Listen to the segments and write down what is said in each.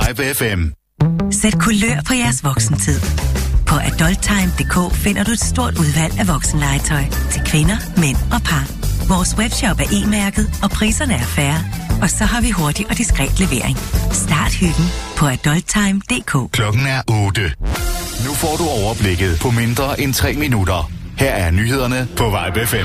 Vibe FM. Sæt kulør på jeres voksentid. På adulttime.dk finder du et stort udvalg af voksenlegetøj til kvinder, mænd og par. Vores webshop er e-mærket, og priserne er fair. Og så har vi hurtig og diskret levering. Start hyggen på adulttime.dk. Klokken er 8. Nu får du overblikket på mindre end 3 minutter. Her er nyhederne på Vibe FM.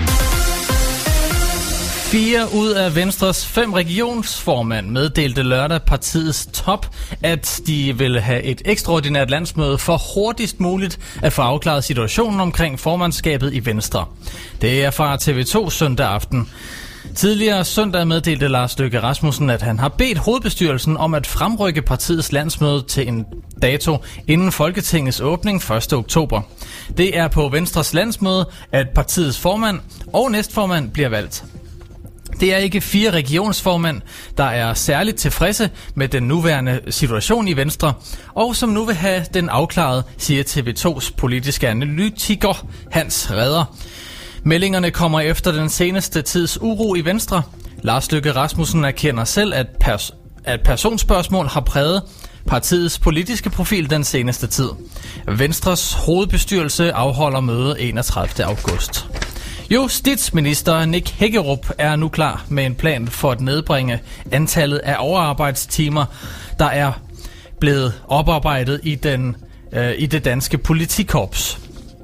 4 ud af Venstres 5 regionsformand meddelte lørdag partiets top, at de ville have et ekstraordinært landsmøde for hurtigst muligt at få afklaret situationen omkring formandskabet i Venstre. Det er fra TV2 søndag aften. Tidligere søndag meddelte Lars Løkke Rasmussen, at han har bedt hovedbestyrelsen om at fremrykke partiets landsmøde til en dato inden Folketingets åbning 1. oktober. Det er på Venstres landsmøde, at partiets formand og næstformand bliver valgt. Det er ikke 4 regionsformænd, der er særligt tilfredse med den nuværende situation i Venstre, og som nu vil have den afklaret, siger TV2's politiske analytiker Hans Redder. Meldingerne kommer efter den seneste tids uro i Venstre. Lars Løkke Rasmussen erkender selv, at personspørgsmål har præget partiets politiske profil den seneste tid. Venstres hovedbestyrelse afholder møde 31. august. Justitsminister Nick Hækkerup er nu klar med en plan for at nedbringe antallet af overarbejdstimer, der er blevet oparbejdet i det danske politikorps.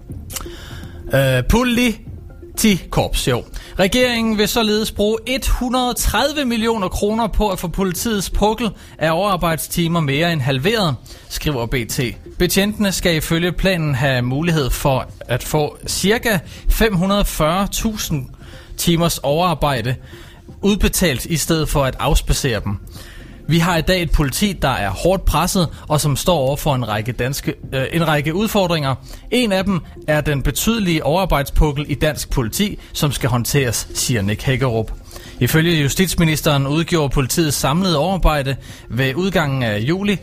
Politikorps, jo. Regeringen vil således bruge 130 millioner kroner på at få politiets pukkel af overarbejdstimer mere end halveret, skriver BT. Betjentene skal ifølge planen have mulighed for at få ca. 540.000 timers overarbejde udbetalt i stedet for at afspacere dem. Vi har i dag et politi, der er hårdt presset og som står over for en række udfordringer. En af dem er den betydelige overarbejdspukkel i dansk politi, som skal håndteres, siger Nick Hækkerup. Ifølge justitsministeren udgjorde politiets samlede overarbejde ved udgangen af juli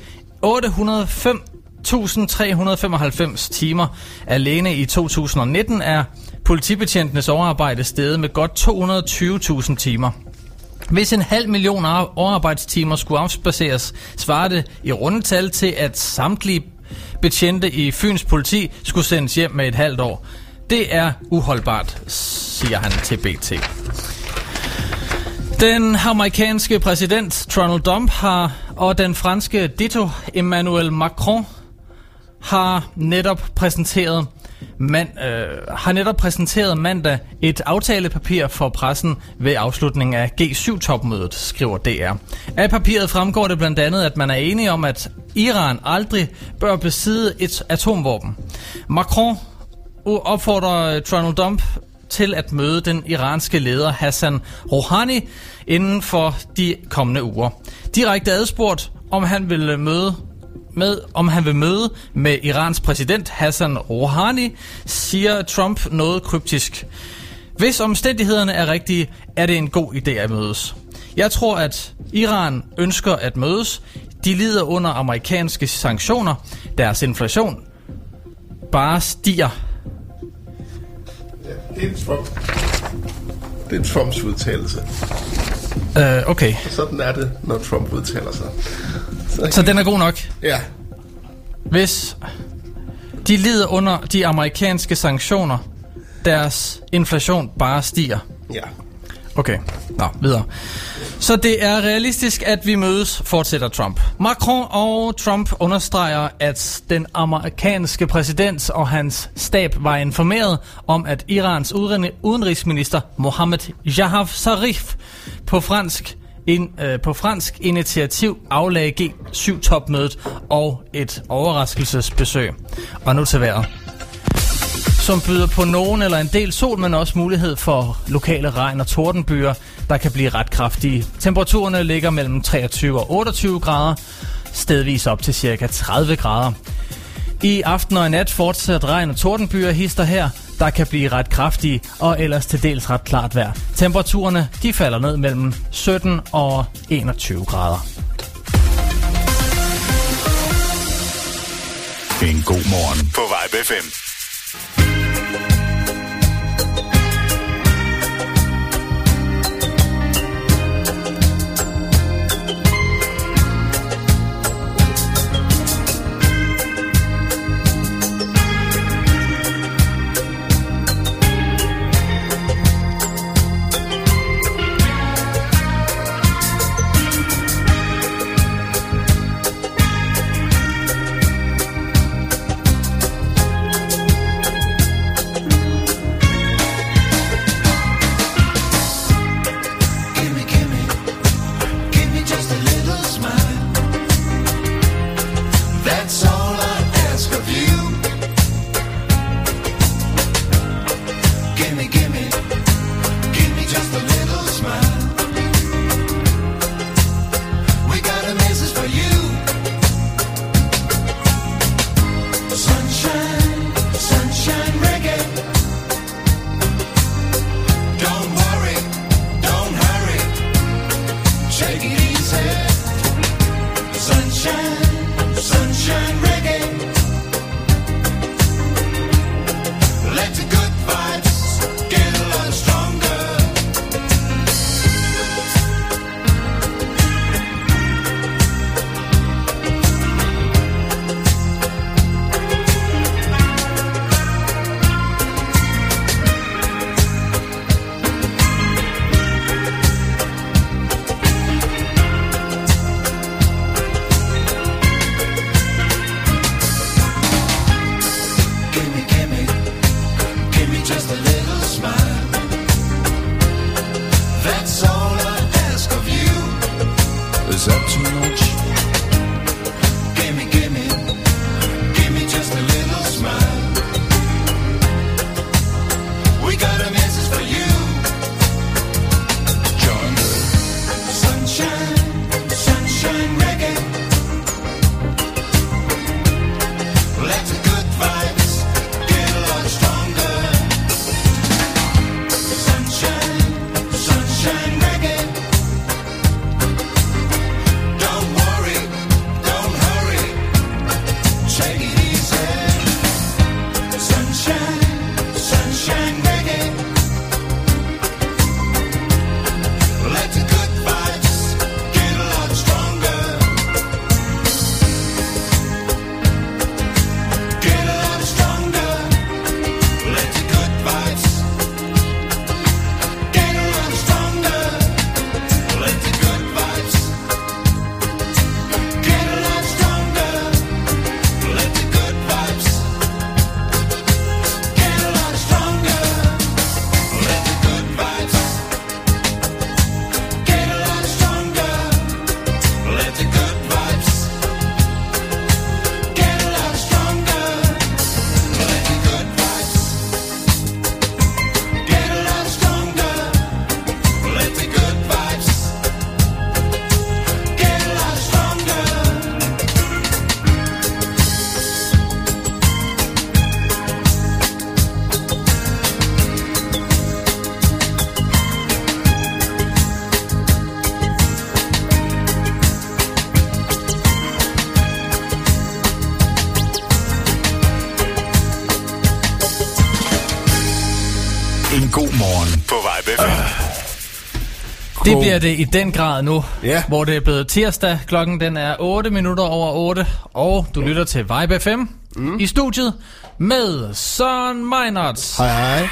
805.395 timer. Alene i 2019 er politibetjentenes overarbejde steget med godt 220.000 timer. Hvis 500.000 overarbejdstimer skulle afspaceres, svarer det i rundetal til, at samtlige betjente i Fyns politi skulle sendes hjem med et halvt år. Det er uholdbart, siger han til BT. Den amerikanske præsident Donald Trump og den franske ditto Emmanuel Macron har netop præsenteret mandag et aftalepapir for pressen ved afslutningen af G7-topmødet, skriver DR. Af papiret fremgår det blandt andet, at man er enige om, at Iran aldrig bør besidde et atomvåben. Macron opfordrer Donald Trump til at møde den iranske leder Hassan Rouhani inden for de kommende uger. Direkte adspurgt, om han vil møde med Irans præsident Hassan Rouhani, siger Trump noget kryptisk. Hvis omstændighederne er rigtige, er det en god idé at mødes. Jeg tror, at Iran ønsker at mødes. De lider under amerikanske sanktioner. Deres inflation bare stiger. Det er Trumps udtalelse. Okay. Sådan er det, når Trump udtaler sig. Så den er god nok? Ja. Hvis de lider under de amerikanske sanktioner, deres inflation bare stiger. Ja. Okay, videre. Så det er realistisk, at vi mødes, fortsætter Trump. Macron og Trump understreger, at den amerikanske præsident og hans stab var informeret om, at Irans udenrigsminister Mohammed Javad Zarif på fransk initiativ aflagde G7-topmødet og et overraskelsesbesøg. Og nu til vejret, som byder på nogen eller en del sol, men også mulighed for lokale regn- og tordenbyer, der kan blive ret kraftige. Temperaturerne ligger mellem 23 og 28 grader, stedvis op til cirka 30 grader. I aften og i nat fortsat regn- og tordenbyer hister her, der kan blive ret kraftige og ellers til dels ret klart vejr. Temperaturerne de falder ned mellem 17 og 21 grader. En god morgen på Vibe FM. easy. Sunshine, sunshine reggae. Let the good vibes get a lot stronger. Just a little smile. That's all I ask of you. Is that too much? Give me just a little smile. We got a message for you. Join the sunshine, sunshine reggae. Let the good vibes get a lot stronger. Sunshine reggae. Don't worry, don't hurry. Take it easy. Sunshine, sunshine reggae. Let the good vibes get a lot stronger. Get a lot stronger. Let the good vibes get a lot stronger. Let the good vibes get a lot stronger. Let the good vibes get a lot stronger. Let the good vibes get a lot stronger. Let the good vibes get a lot stronger. Let the good vibes get a lot stronger. Let the good vibes get a lot stronger. En god morgen på Vibe FM. Det bliver det i den grad nu, Ja. hvor det er blevet tirsdag. Klokken den er 8 minutter over 8, og du lytter til Vibe FM i studiet med Søren Meinerts. Hej.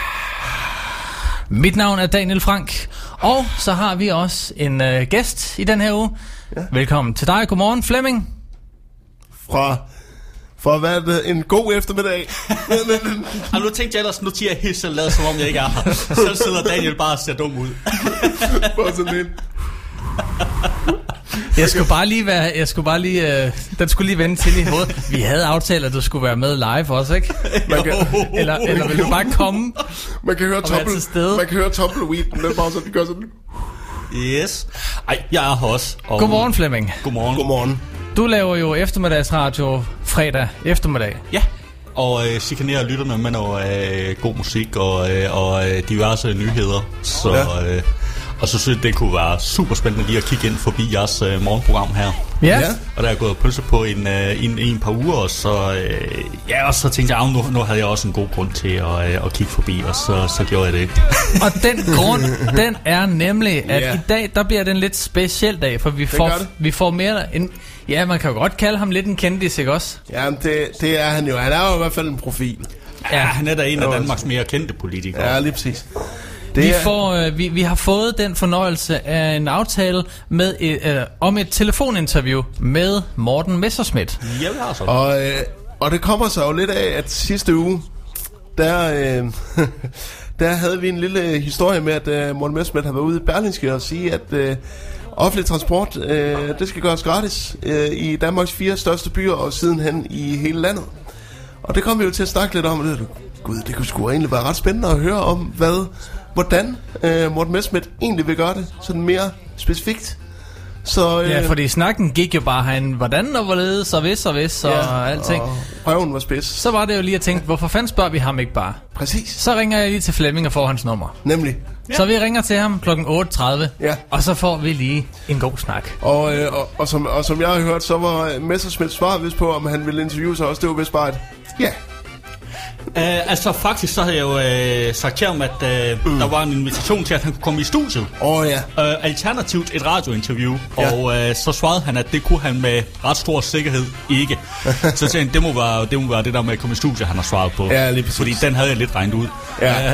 Mit navn er Daniel Frank, og så har vi også en gæst i den her uge. Ja. Velkommen til dig. Godmorgen, Flemming. For hvad er det? En god eftermiddag. Nu tænkte jeg ellers, nu tiger jeg helt selv lavet, som om jeg ikke er her. Så sidder Daniel bare og ser dum ud. Bare sådan lidt. Jeg skulle bare lige den skulle lige vende til i hovedet. Vi havde aftalt, at du skulle være med live også, ikke? Eller vil du bare komme? Man kan høre tumbleweeden. Den bare sådan, gør sådan. Yes. Ej, jeg er her også. Og Godmorgen, Flemming. Godmorgen. Du laver jo eftermiddagsradio fredag eftermiddag. Ja, og chikanerer lytterne med noget god musik og diverse nyheder. Så, ja. Og så synes jeg, det kunne være super spændende lige at kigge ind forbi jeres morgenprogram her. Ja. Og der er gået pølse på en par uger, og så, og så tænkte jeg, nu havde jeg også en god grund til at kigge forbi, og så gjorde jeg det. Og den grund, den er nemlig, at i dag, der bliver det en lidt speciel dag, for vi får mere en... Ja, man kan jo godt kalde ham lidt en kendis, ikke også? Jamen, det er han jo. Han er jo i hvert fald en profil. Ja, han er da en af Danmarks mere kendte politikere. Ja, lige præcis. Vi har fået den fornøjelse af en aftale med om et telefoninterview med Morten Messerschmidt. Ja, vi har så. Og det kommer så jo lidt af, at sidste uge, der havde vi en lille historie med, at Morten Messerschmidt har været ude i Berlingske og sige, at offentlig transport, det skal gøres gratis i Danmarks 4 største byer og sidenhen i hele landet. Og det kom vi jo til at snakke lidt om. Gud, det kunne sgu egentlig være ret spændende at høre om, hvordan Morten Messerschmidt egentlig vil gøre det, sådan mere specifikt. Så, Ja, fordi snakken gik jo bare herinde, hvordan og hvorledes, og hvis og alting. Og røven var spids. Så var det jo lige at tænke, hvorfor fanden spørger vi ham ikke bare? Præcis. Så ringer jeg lige til Flemming og får hans nummer. Nemlig. Så vi ringer til ham kl. 8.30, Ja. og så får vi lige en god snak. Og som jeg har hørt, så var Messerschmidt svar vist på, om han ville interviewe sig også. Det var vist bare et ja. Altså faktisk så havde jeg jo sagt til ham, at der var en invitation til, at han kunne komme i studiet. Ja. Alternativt et radiointerview. Ja. Og så svarede han, at det kunne han med ret stor sikkerhed ikke. Så tænkte jeg, det må være det der med at komme i studiet, han har svaret på. Ja, lige præcis. Fordi den havde jeg lidt regnet ud. Ja.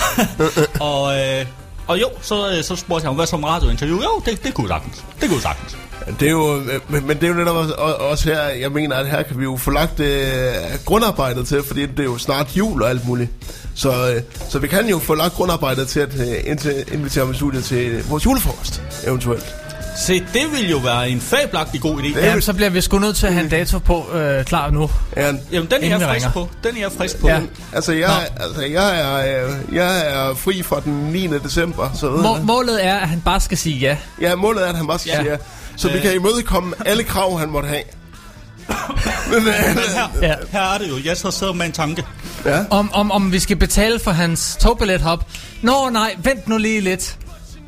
Og jo, så spurgte jeg ham, hvad som radiointerview? Jo, det kunne sagtens. Det kunne sagtens. Det er jo, men det er jo netop også her, jeg mener, at her kan vi jo få lagt grundarbejdet til, fordi det er jo snart jul og alt muligt. Så vi kan jo få lagt grundarbejdet til at invitere ham i studiet til vores julefrokost, eventuelt. Se, det ville jo være en fabelagtig god idé. Jamen, så bliver vi sgu nødt til at have en dato på klar nu. Ja, jamen, den er jeg frisk på. Den er jeg frisk på. Ja. altså, jeg er fri fra den 9. december. Så Målet er, at han bare skal sige ja. Ja, målet er, at han bare skal sige ja. Så vi kan imødekomme alle krav, han måtte have. Men her er det jo. Jeg så sidder med en tanke. Ja. Om vi skal betale for hans togbillethop. Nå nej, vent nu lige lidt.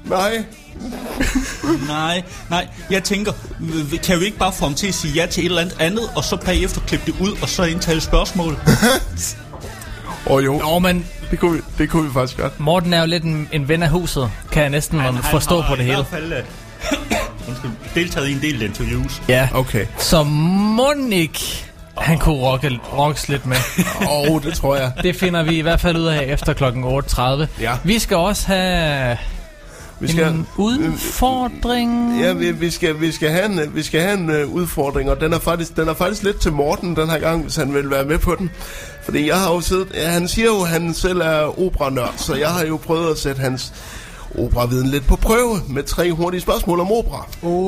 Nej. Jeg tænker, kan vi ikke bare få ham til at sige ja til et eller andet, og så bagefter klippe det ud, og så indtale spørgsmål? Jo. Nå, men Det kunne vi faktisk godt. Morten er jo lidt en ven af huset, kan jeg næsten forstå på det hele. Han har i hvert fald deltaget i en del interviews. Ja, Okay. så Monik, han kunne rockes lidt med. Det tror jeg. Det finder vi i hvert fald ud af efter kl. 8.30. Ja. Vi skal også have en udfordring. Ja, vi skal have en udfordring, og den er faktisk lidt til Morten den her gang, hvis han vil være med på den. Fordi jeg har jo siddet... Ja, han siger jo, at han selv er operanørd, så jeg har jo prøvet at sætte hans operaviden lidt på prøve med 3 hurtige spørgsmål om opera.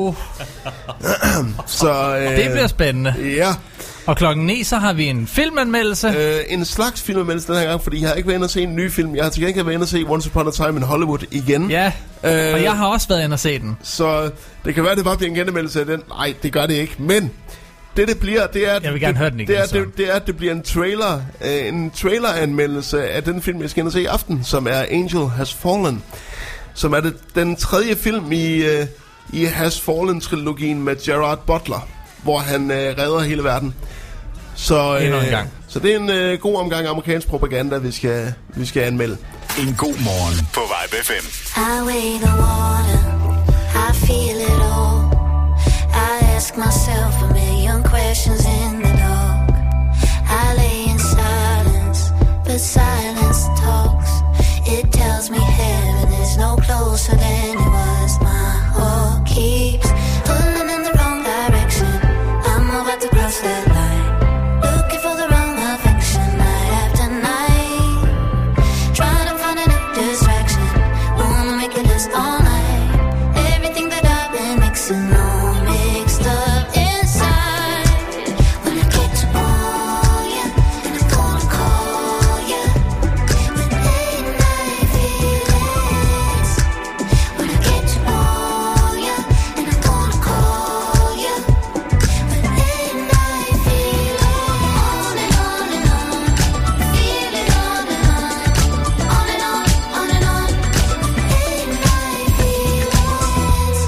Så Det bliver spændende. Ja. Og klokken 9, så har vi en filmanmeldelse. En slags filmanmeldelse den her gang, fordi jeg har ikke været inde og se en ny film. Jeg har til gengæld været inde og se Once Upon a Time in Hollywood igen. Ja, og jeg har også været inde og se den. Så det kan være, det bare bliver en genanmeldelse af den. Nej, det gør det ikke. Men det bliver, det er... Jeg vil gerne høre den igen, det er, at det bliver en trailer-anmeldelse af den film, jeg skal ind og se i aften, som er Angel Has Fallen. Som er den 3. film i Has Fallen-trilogien med Gerard Butler, hvor han redder hele verden. Så, Endnu en gang. Så det er en god omgang amerikansk propaganda, vi skal anmelde. En god morgen på Vibe FM. I weigh the water, I feel it all. I ask myself a million questions in the dark. I lay in silence, but silence talks. It tells me heaven is no closer than it was. My heart keeps pulling in the wrong direction. I'm about to cross that line, looking for the wrong affection night after night. Trying to find a new distraction, wanna make it last all night. Everything that I've been mixing all mixed up inside. When I get to want you, and I'm gonna call you with late night feelings. When I get to want you, and I'm gonna call you with late night feelings. On and on and on, feel it on and on and on. Late night feelings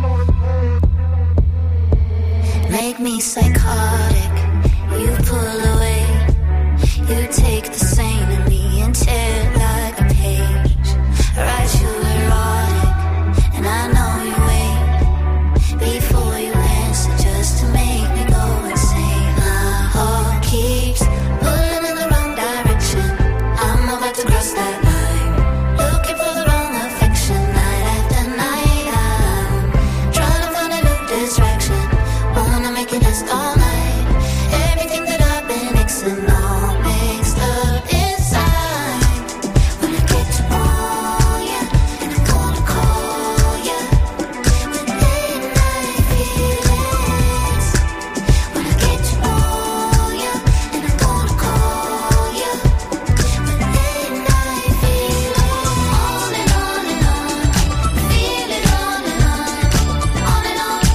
make me psychotic. You pull away, you take the same in me and tear it like a page. Write you erotic, and I know you wait before you answer just to make me go insane. My heart keeps pulling in the wrong direction. I'm about to cross that line, looking for the wrong affection night after night. I'm trying to find a new distraction, wanna make it last all night. Everything that I've been mixing all mixed up inside. When I get to want you, and I'm gonna call you with late night feelings. When I get to want you, and I'm gonna call you with late night feelings. On and on and on, feel it on and on and on.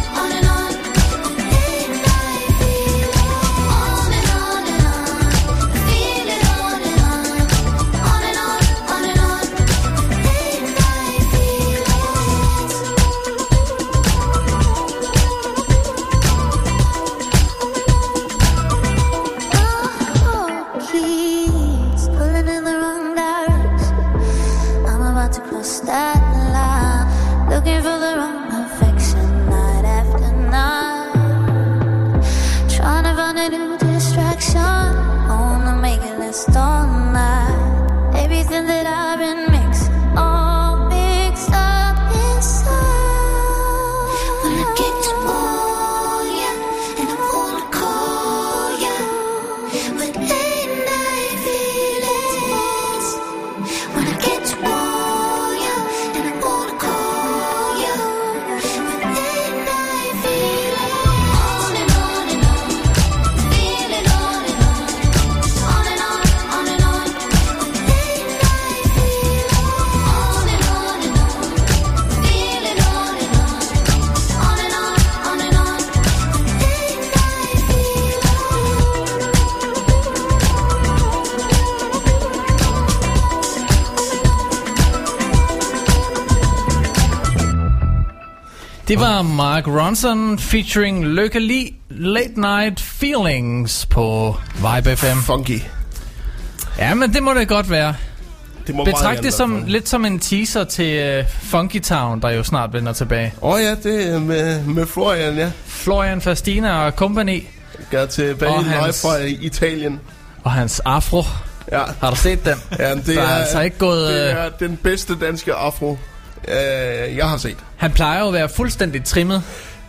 Det var Mark Ronson featuring Lykke Li, Late Night Feelings på Vibe FM. Funky. Ja, men det må det godt være. Det må Betragt det som lidt som en teaser til Funky Town, der jo snart vender tilbage. Ja, det er med Florian, ja. Florian Fastina og company. Gør tilbage live fra Italien. Og hans afro. Ja. Har du set den? Ja, det der er altså ikke gået. Det er den bedste danske afro, jeg har set. Han plejer jo at være fuldstændig trimmet.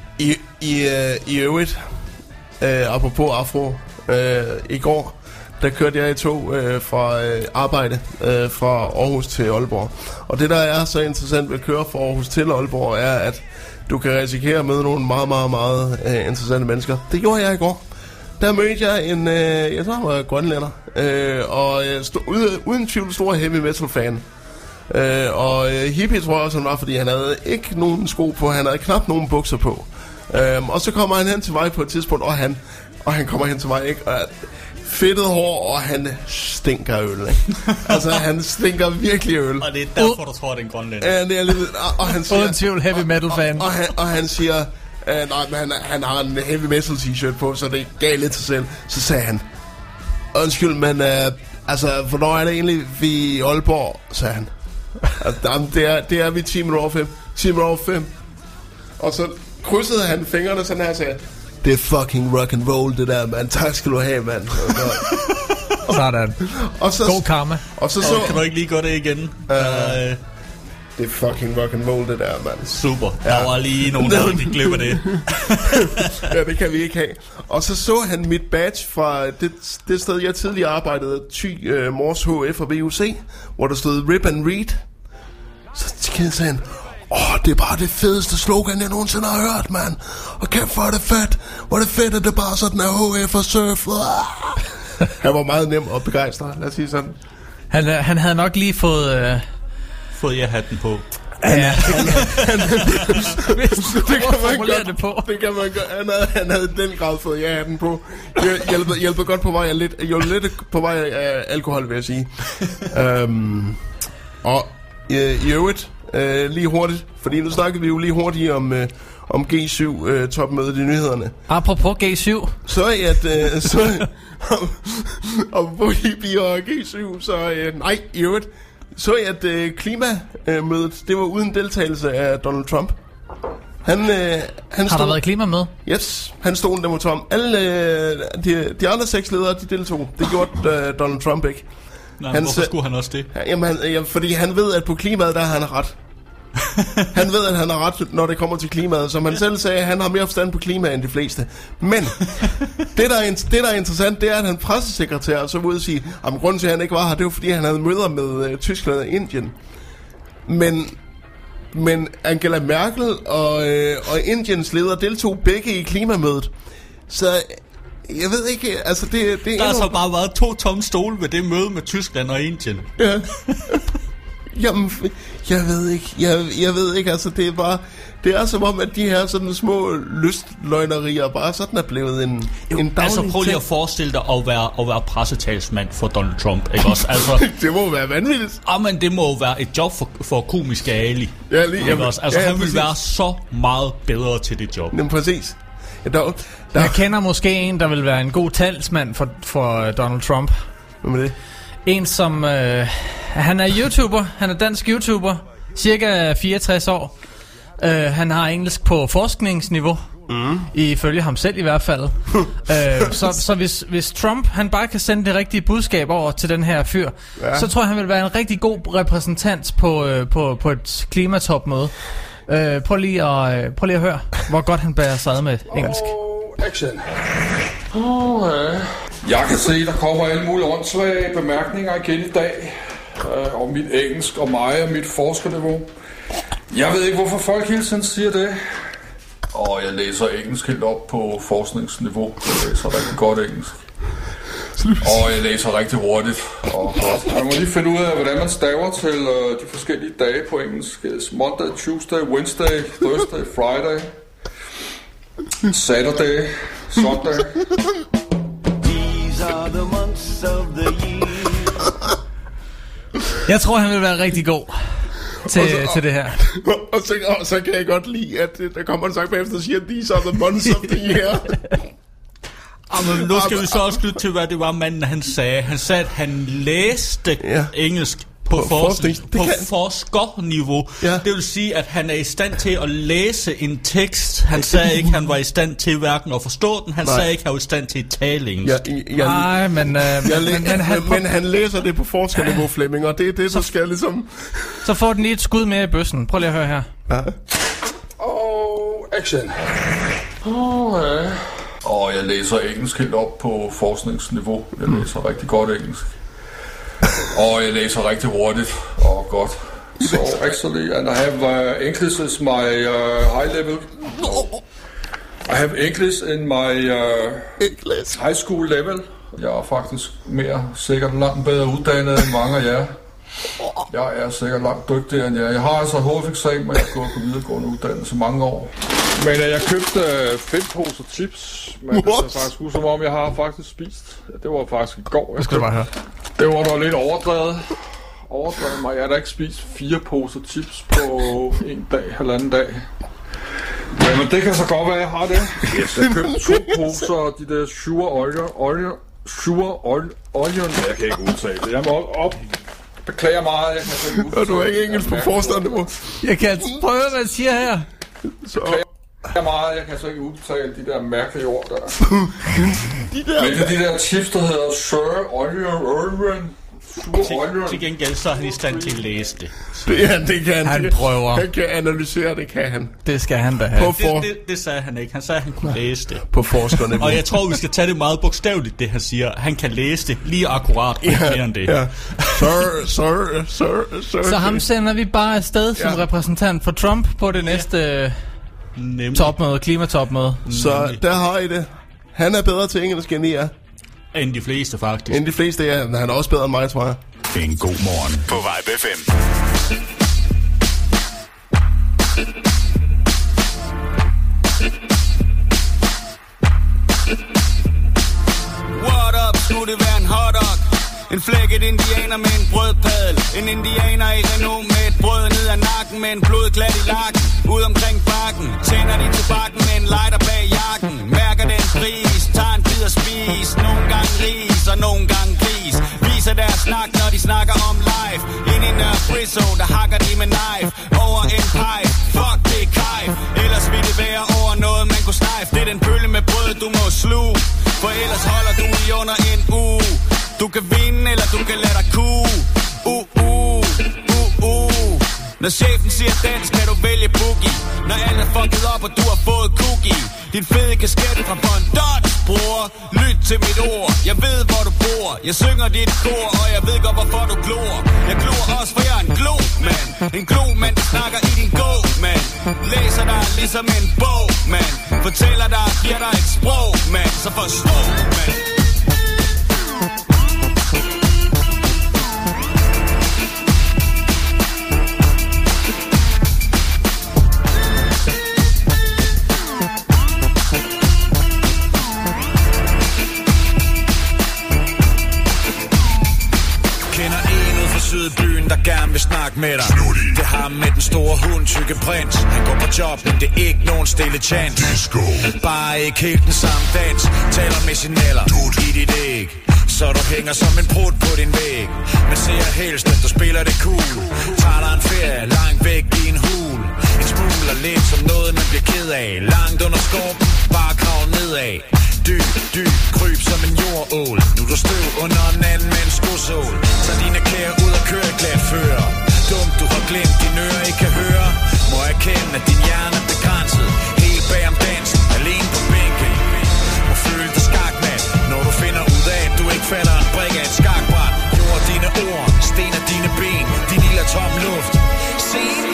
I øvrigt, apropos afro, i går, der kørte jeg i tog fra arbejde fra Aarhus til Aalborg. Og det, der er så interessant ved at køre fra Aarhus til Aalborg, er, at du kan risikere at møde nogle meget, meget, meget interessante mennesker. Det gjorde jeg i går. Der mødte jeg en, jeg tror han var grønlænder, og uden tvivl stor heavy metal fan. Og hippie tror jeg også han var, fordi han havde ikke nogen sko på, han havde knap nogen bukser på. Og så kommer han hen til mig på et tidspunkt, og han kommer hen til mig, ikke? Og fedtet hår, og han stinker øl, ikke? Altså, han stinker virkelig øl. Og det er derfor, du tror, det er en grønlænder. Ja, det er lidt... Og han siger... Uden tvivl heavy metal fan. Og han siger... nej, men han har en heavy metal t-shirt på, så det gav lidt sig selv. Så sagde han... Undskyld, men... altså, hvornår er det egentlig, vi i Aalborg? Sagde han. Det er vi 10 minutter over 5. 10 minutter over 5. Og så krydsede han fingrene sådan her og sagde... Det er fucking rock and roll, det der, mand. Tak skal du have, mand. Sådan. God karma. Og så kan du ikke lige gøre det igen? Det er fucking rock and roll, det der, mand. Super. Der var lige nogen, der ikke glemmer det. Ja, det kan vi ikke have. Og så han mit badge fra det sted, jeg tidligere arbejdede, Thy Mors HF og VUC, hvor der stod Rip and Read. Så sagde han... det er bare det fedeste slogan, jeg nogensinde har hørt, mand. Og kæft, hvor er det fedt. Hvor er det fedt, at det bare sådan er HF og surf. Han var meget nem og begejstret, lad os sige sådan. Han havde nok lige fået... Fået hatten på. Ja, det kan man gøre. Han havde den grad fået hatten på. Hjælper godt på vej lidt på vej af alkohol, vil jeg sige. Og i øvrigt, lige hurtigt, fordi nu snakkede vi jo lige hurtigt om G7 topmødet i nyhederne. Apropos G7. Så at og hippie og G7, så nej, i øvrigt. Så at klimamødet, det var uden deltagelse af Donald Trump. Han har der været klimamøde? Yes, han stod der mod Trump. Alle de andre 6 ledere, de deltog. Det gjorde Donald Trump ikke. Nej, hvorfor skulle han også det? Jamen, fordi han ved, at på klimaet, der har han ret. Han ved, at han har ret, når det kommer til klimaet. Som han selv sagde, han har mere forstand på klimaet end de fleste. Men det, der er interessant, det er, at han pressesekretær så ud og sige, at grunden til, at han ikke var her, det var, fordi han havde møder med Tyskland og Indien. Men Angela Merkel og Indiens leder deltog begge i klimamødet. Så jeg ved ikke, altså det der har så bare været 2 tomme stole ved det møde med Tyskland og Indien. Ja. Jamen, jeg ved ikke, altså det er som om, at de her sådan små lystløgnerier bare sådan er blevet en daglig altså prøv lige at forestille dig at være pressetalsmand for Donald Trump, ikke også? Altså, det må være vanvittigt. Men det må være et job for komiske Ali. Ja, lige. Jamen, også? Altså, han vil være så meget bedre til det job. Jamen, præcis. Ja, jeg kender måske en, der vil være en god talsmand for Donald Trump. Hvad med det? En som... han er YouTuber. Han er dansk YouTuber. Cirka 64 år. Han har engelsk på forskningsniveau. Ifølge ham selv i hvert fald. Så hvis Trump han bare kan sende det rigtige budskab over til den her fyr, så tror jeg, han vil være en rigtig god repræsentant på et klimatopmøde. Prøv lige at høre, hvor godt han bærer sig ad med engelsk. Action. Jeg kan se, der kommer alle mulige åndssvage bemærkninger igen i dag om mit engelsk og mig og mit forskerniveau. Jeg ved ikke, hvorfor folk hele tiden siger det. Og jeg læser engelsk helt op på forskningsniveau. Jeg læser rigtig godt engelsk. Og jeg læser rigtig hurtigt. Og jeg må lige finde ud af, hvordan man staver til de forskellige dage på engelsk. Monday, Tuesday, Wednesday, Thursday, Friday, Saturday, Sunday. These are the months of the year. Jeg tror, han vil være rigtig god. til det her. Og så kan jeg godt lide, at der kommer en sang bagefter, der siger, these are the months of the year. Men nu skal vi så også lytte til, hvad det var, manden han sagde. Han sagde, at han læste engelsk på forskerniveau. Ja. Det vil sige, at han er i stand til at læse en tekst. Han sagde ikke, at han var i stand til hverken at forstå den. Han sagde ikke, at han var i stand til at tale engelsk. Nej, men han læser det på forskerniveau, Flemming, og det er det, så skal ligesom... Så får den lige et skud mere i bøssen. Prøv lige at høre her. Ja. Action. Jeg læser engelsk helt op på forskningsniveau. Jeg læser rigtig godt engelsk. Og jeg læser rigtig hurtigt og godt. So actually, and I have English is my high level. I have English in my high school level. Jeg er faktisk sikkert langt bedre uddannet end mange af jer. Jeg er sikkert langt dygtigere end jer. Jeg har altså HF-eksamen, og jeg har gået på videregående uddannelse mange år. Men jeg købte 5 poser chips. Men det ser faktisk ud som om, jeg har faktisk spist. Det var faktisk i går. Det skal du bare høre. Det var da lidt overdrevet mig. Jeg har da ikke spist 4 poser chips på en dag, halvanden dag. Men det kan så godt være, jeg har det. Jeg købte 2 poser de der Sure Onion. Jeg kan ikke udtale det. Jeg må op. Beklager meget, jeg kan ikke udtale det. Du er ikke engelsk på forstandsniveau. Jeg kan prøve, hvad jeg siger her. Jeg kan så ikke udtale de der mærkelige ord der. Men det er de der chips, der hedder Sure Onion. Til gengæld så er han i stand til at læse det. Det kan han. Han prøver. Han kan analysere, det kan han. Det skal han da have. Det sagde han ikke. Han sagde, at han kunne læse det. På forskerne. Og jeg tror, vi skal tage det meget bogstaveligt, det han siger. Han kan læse det lige akkurat, ikke mere end det. Ja. Sir. Så ham sender vi bare afsted som repræsentant for Trump på det næste topmøde, klimatopmøde. Så der har I det. Han er bedre til engelsk end I er. End de fleste, faktisk. End de fleste, ja. Han er også bedre end mig, tror jeg. En god morgen på Vibe FM. What up, skulle det være en hotdog? En flækket indianer med en brødpadel. En indianer i Renault med et brød ned ad nakken. Med en blodglat i lakken, ud omkring bakken. Tænder de tobakken med en lighter bag jakken. Mærker den pris, tager en bid og spis. Nogle gange ris og nogle gange gris. Viser deres snak, når de snakker om life. Ind i Nørre Friso, der hakker de med knife. Over en pipe, fuck det er kajf. Ellers vil det være over noget man kunne sniffe. Det er den pølle med brød, du må sluge. For ellers holder du i under en uge. Du kan vinde, eller du kan lade dig kue. Når chefen siger dans, kan du vælge boogie. Når alle er fucket op, og du har fået cookie. Din fede kasket fra Bondot, bror. Lyt til mit ord, jeg ved hvor du bor. Jeg synger dit kor, og jeg ved godt hvorfor du glor. Jeg glor også, for jeg er en glomand. En glomand, der snakker i din gå, mand. Læser dig ligesom en bog, mand. Fortæller dig, giver dig et sprog, mand. Så forstå, mand. Sydbyen, der gerne vil snakke med dig. Det har med den store hund, tykke prins. Han går på job, men det er ikke nogen stille chance. Disco. Bare ikke helt den samme dans. Taler med signaler i dit æg. Så du hænger som en brud på din væg. Men ser helst, at du spiller det cool. Tager dig en ferie langt væk i en hul. En smule lidt som noget, man bliver ked af. Langt under skorpen, bare krav nedad. Dyb, kryb som en jordål. Nu er du støv under en anden med en skosål. Så dine kære ud og køre glat fører. Dumt, du har glemt, dine ører ikke kan høre. Må erkende, at din hjerne er begrænset. Helt bag om dansen, alene på bænken. Må føle dig skakmat, når du finder ud af, at du ikke falder en brik af et skakbræt. Jord dine ord, sten af dine ben. Din ild er tom luft. Scenen.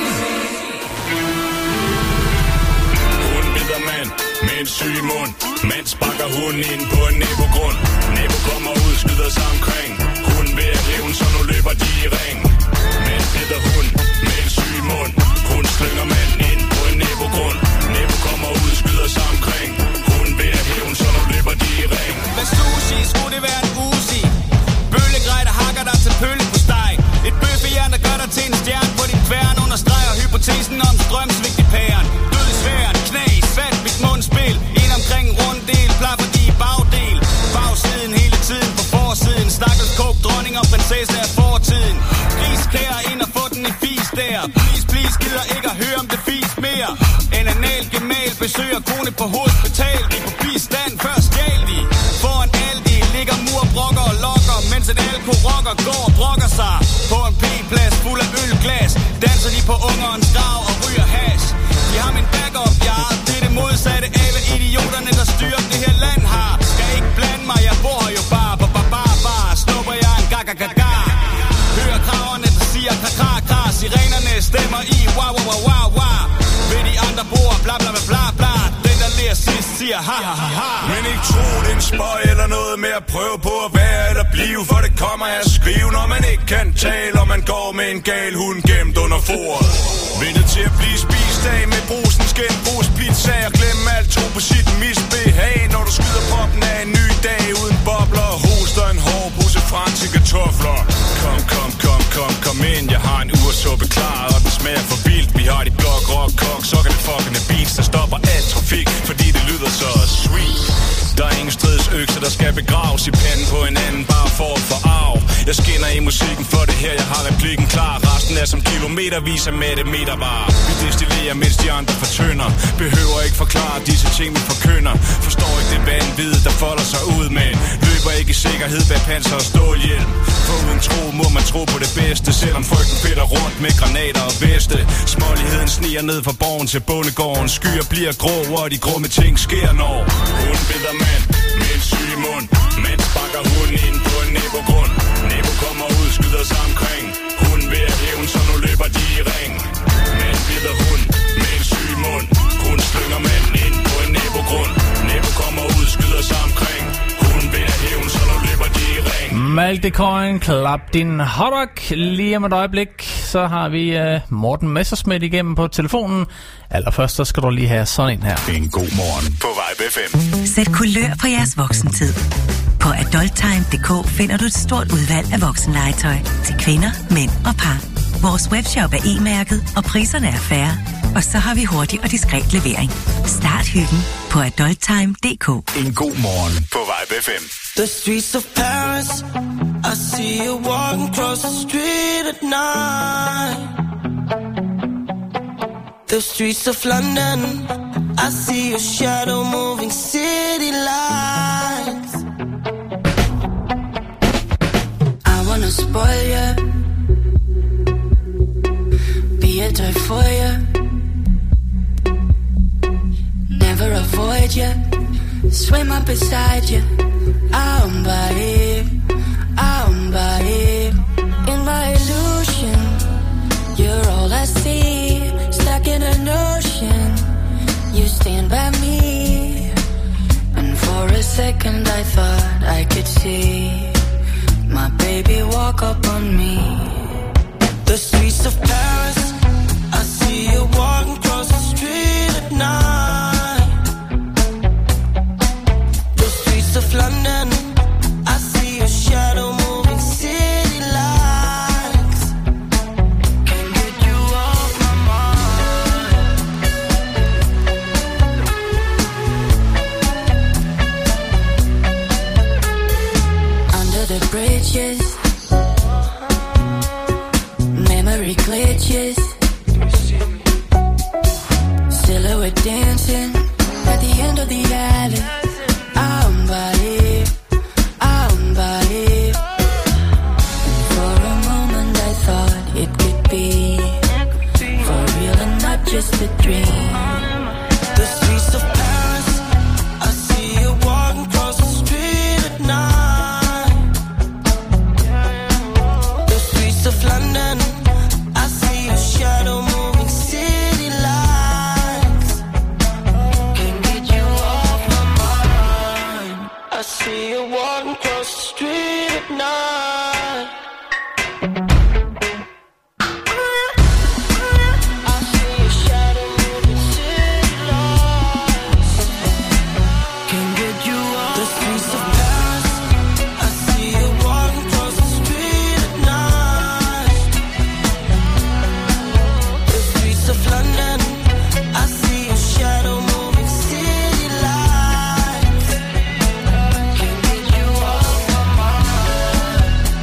Hun bider mand med en syg mund. Mand sparker hunden ind på en nabogrund. Nabo kommer ud, skyder sig omkring. Hun vil have hævn, så nu løber de i ring. Mand bider hund med en syg mund. Hun slynger mand ind på en nabogrund. Nabo kommer ud, skyder sig omkring. Hun vil have hævn, så nu løber de i ring. Hvad sushi, skulle det være en usi? Bøllegrej, der hakker dig til pølle på steg. Et bøffejern, der gør dig til en stjerne på dit kværn under prinsesse af fortiden. Riskærer ind og få den i fis der. Please, gider ikke at høre om det fis mere. En anal gemal besøger kone på hospital. De på bistand før stjal de. Foran Aldi ligger mur, brokker og lokker, mens en alko-rocker går og brokker sig. På en p-plads fuld af ølglas danser de på ungerens grav og ryger hash. De har min backup, det er det modsatte af hvad idioterne der styrer det her land har. Skal ikke blande mig, jeg bor jo bare. Snupper jeg en ga-ga-ga-ga. Hører kraverne der siger kra-kra-kra. Sirenerne stemmer i wow-wow-wow-wow. Ved de andre bord bla-bla-bla-bla. Den der lærer sidst siger ha-ha-ha-ha. Men ikke tro det er en spøj eller noget med at prøve på at være eller blive. For det kommer af at skrive, når man ikke kan tale. Og man går med en gal hund gemt under foret. Ventet til at blive spist af med brusen genbrugspizza. Og glemme alt tro på sit misbehag. Når du skyder poppen af en ny dag uden bobler. Og hoster en hård pose franske kartofler. Kom ind, jeg har en ursuppe klar. Og den smager for vildt. Vi har de blok, rock, kok, såkaldte fuckende beats. Der stopper al trafik, fordi det lyder så sweet. Der er ingen stridsøkse, der skal begraves i panden på en anden, bare for at få arv. Jeg skinner i musikken for det her, jeg har replikken klar. Resten er som kilometervis af metervarer. Vi destillerer, mens de andre fortynder. Behøver ikke forklare disse ting, vi forkynder. Forstår ikke det vanvid, der folder sig ud med. Løber ikke i sikkerhed bag panser og stålhjelm. For uden tro må man tro på det bedste. Selvom frygten fedter rundt med granater og veste. Småligheden sniger ned fra borgen til bondegården. Skyer bliver grå, og de grumme ting sker når hun billeder mand med en syg mund. Mand sparker hunden ind på en nabogrund. Nabo kommer ud, skyder sig omkring. Hun ved at hævn, så nu løber de i ring. Mand billeder hund med en syg mund. Hun slynger manden ind på en nabogrund. Nabo kommer ud, skyder sig omkring. Hun ved at hævn, så nu løber de i ring. Maltecoin, klap din hotdog. Lige om et øjeblik, så har vi Morten Messerschmidt igennem på telefonen. Allerførst, så skal du lige have sådan en her. En god morgen på Vibe FM. Sæt kulør på jeres voksentid. På adulttime.dk finder du et stort udvalg af voksenlegetøj til kvinder, mænd og par. Vores webshop er e-mærket, og priserne er fair. Og så har vi hurtig og diskret levering. Start hyggen på adulttime.dk. En god morgen på Vibe FM. The streets of Paris, I see you walking across the street at night. The streets of London, I see your shadow moving city lights. I wanna spoil you, be a toy for you, never avoid you, swim up beside you. I'm by in my illusion. You're all I see, stuck in an ocean. You stand by me, and for a second I thought I could see my baby walk up on me. The streets of Paris, I see you walking across the street at night. The streets of London, I see your shadow moving city lights. Can't get you off my mind. Under the bridges, memory glitches, silhouette dancing at the end of the alley. I'm by it. For a moment I thought it could be for real and not just a dream. The streets of Paris, I see you walking across the street at night. The streets of London, I see your shadow moving city lights. Can't get you off my mind. I see you walking across the street at night. I see your shadow moving city lights. Can't get you off the streets of Paris. I see you walking across the street at night. The streets of London, I see your shadow moving city lights. Can't get you off my mind.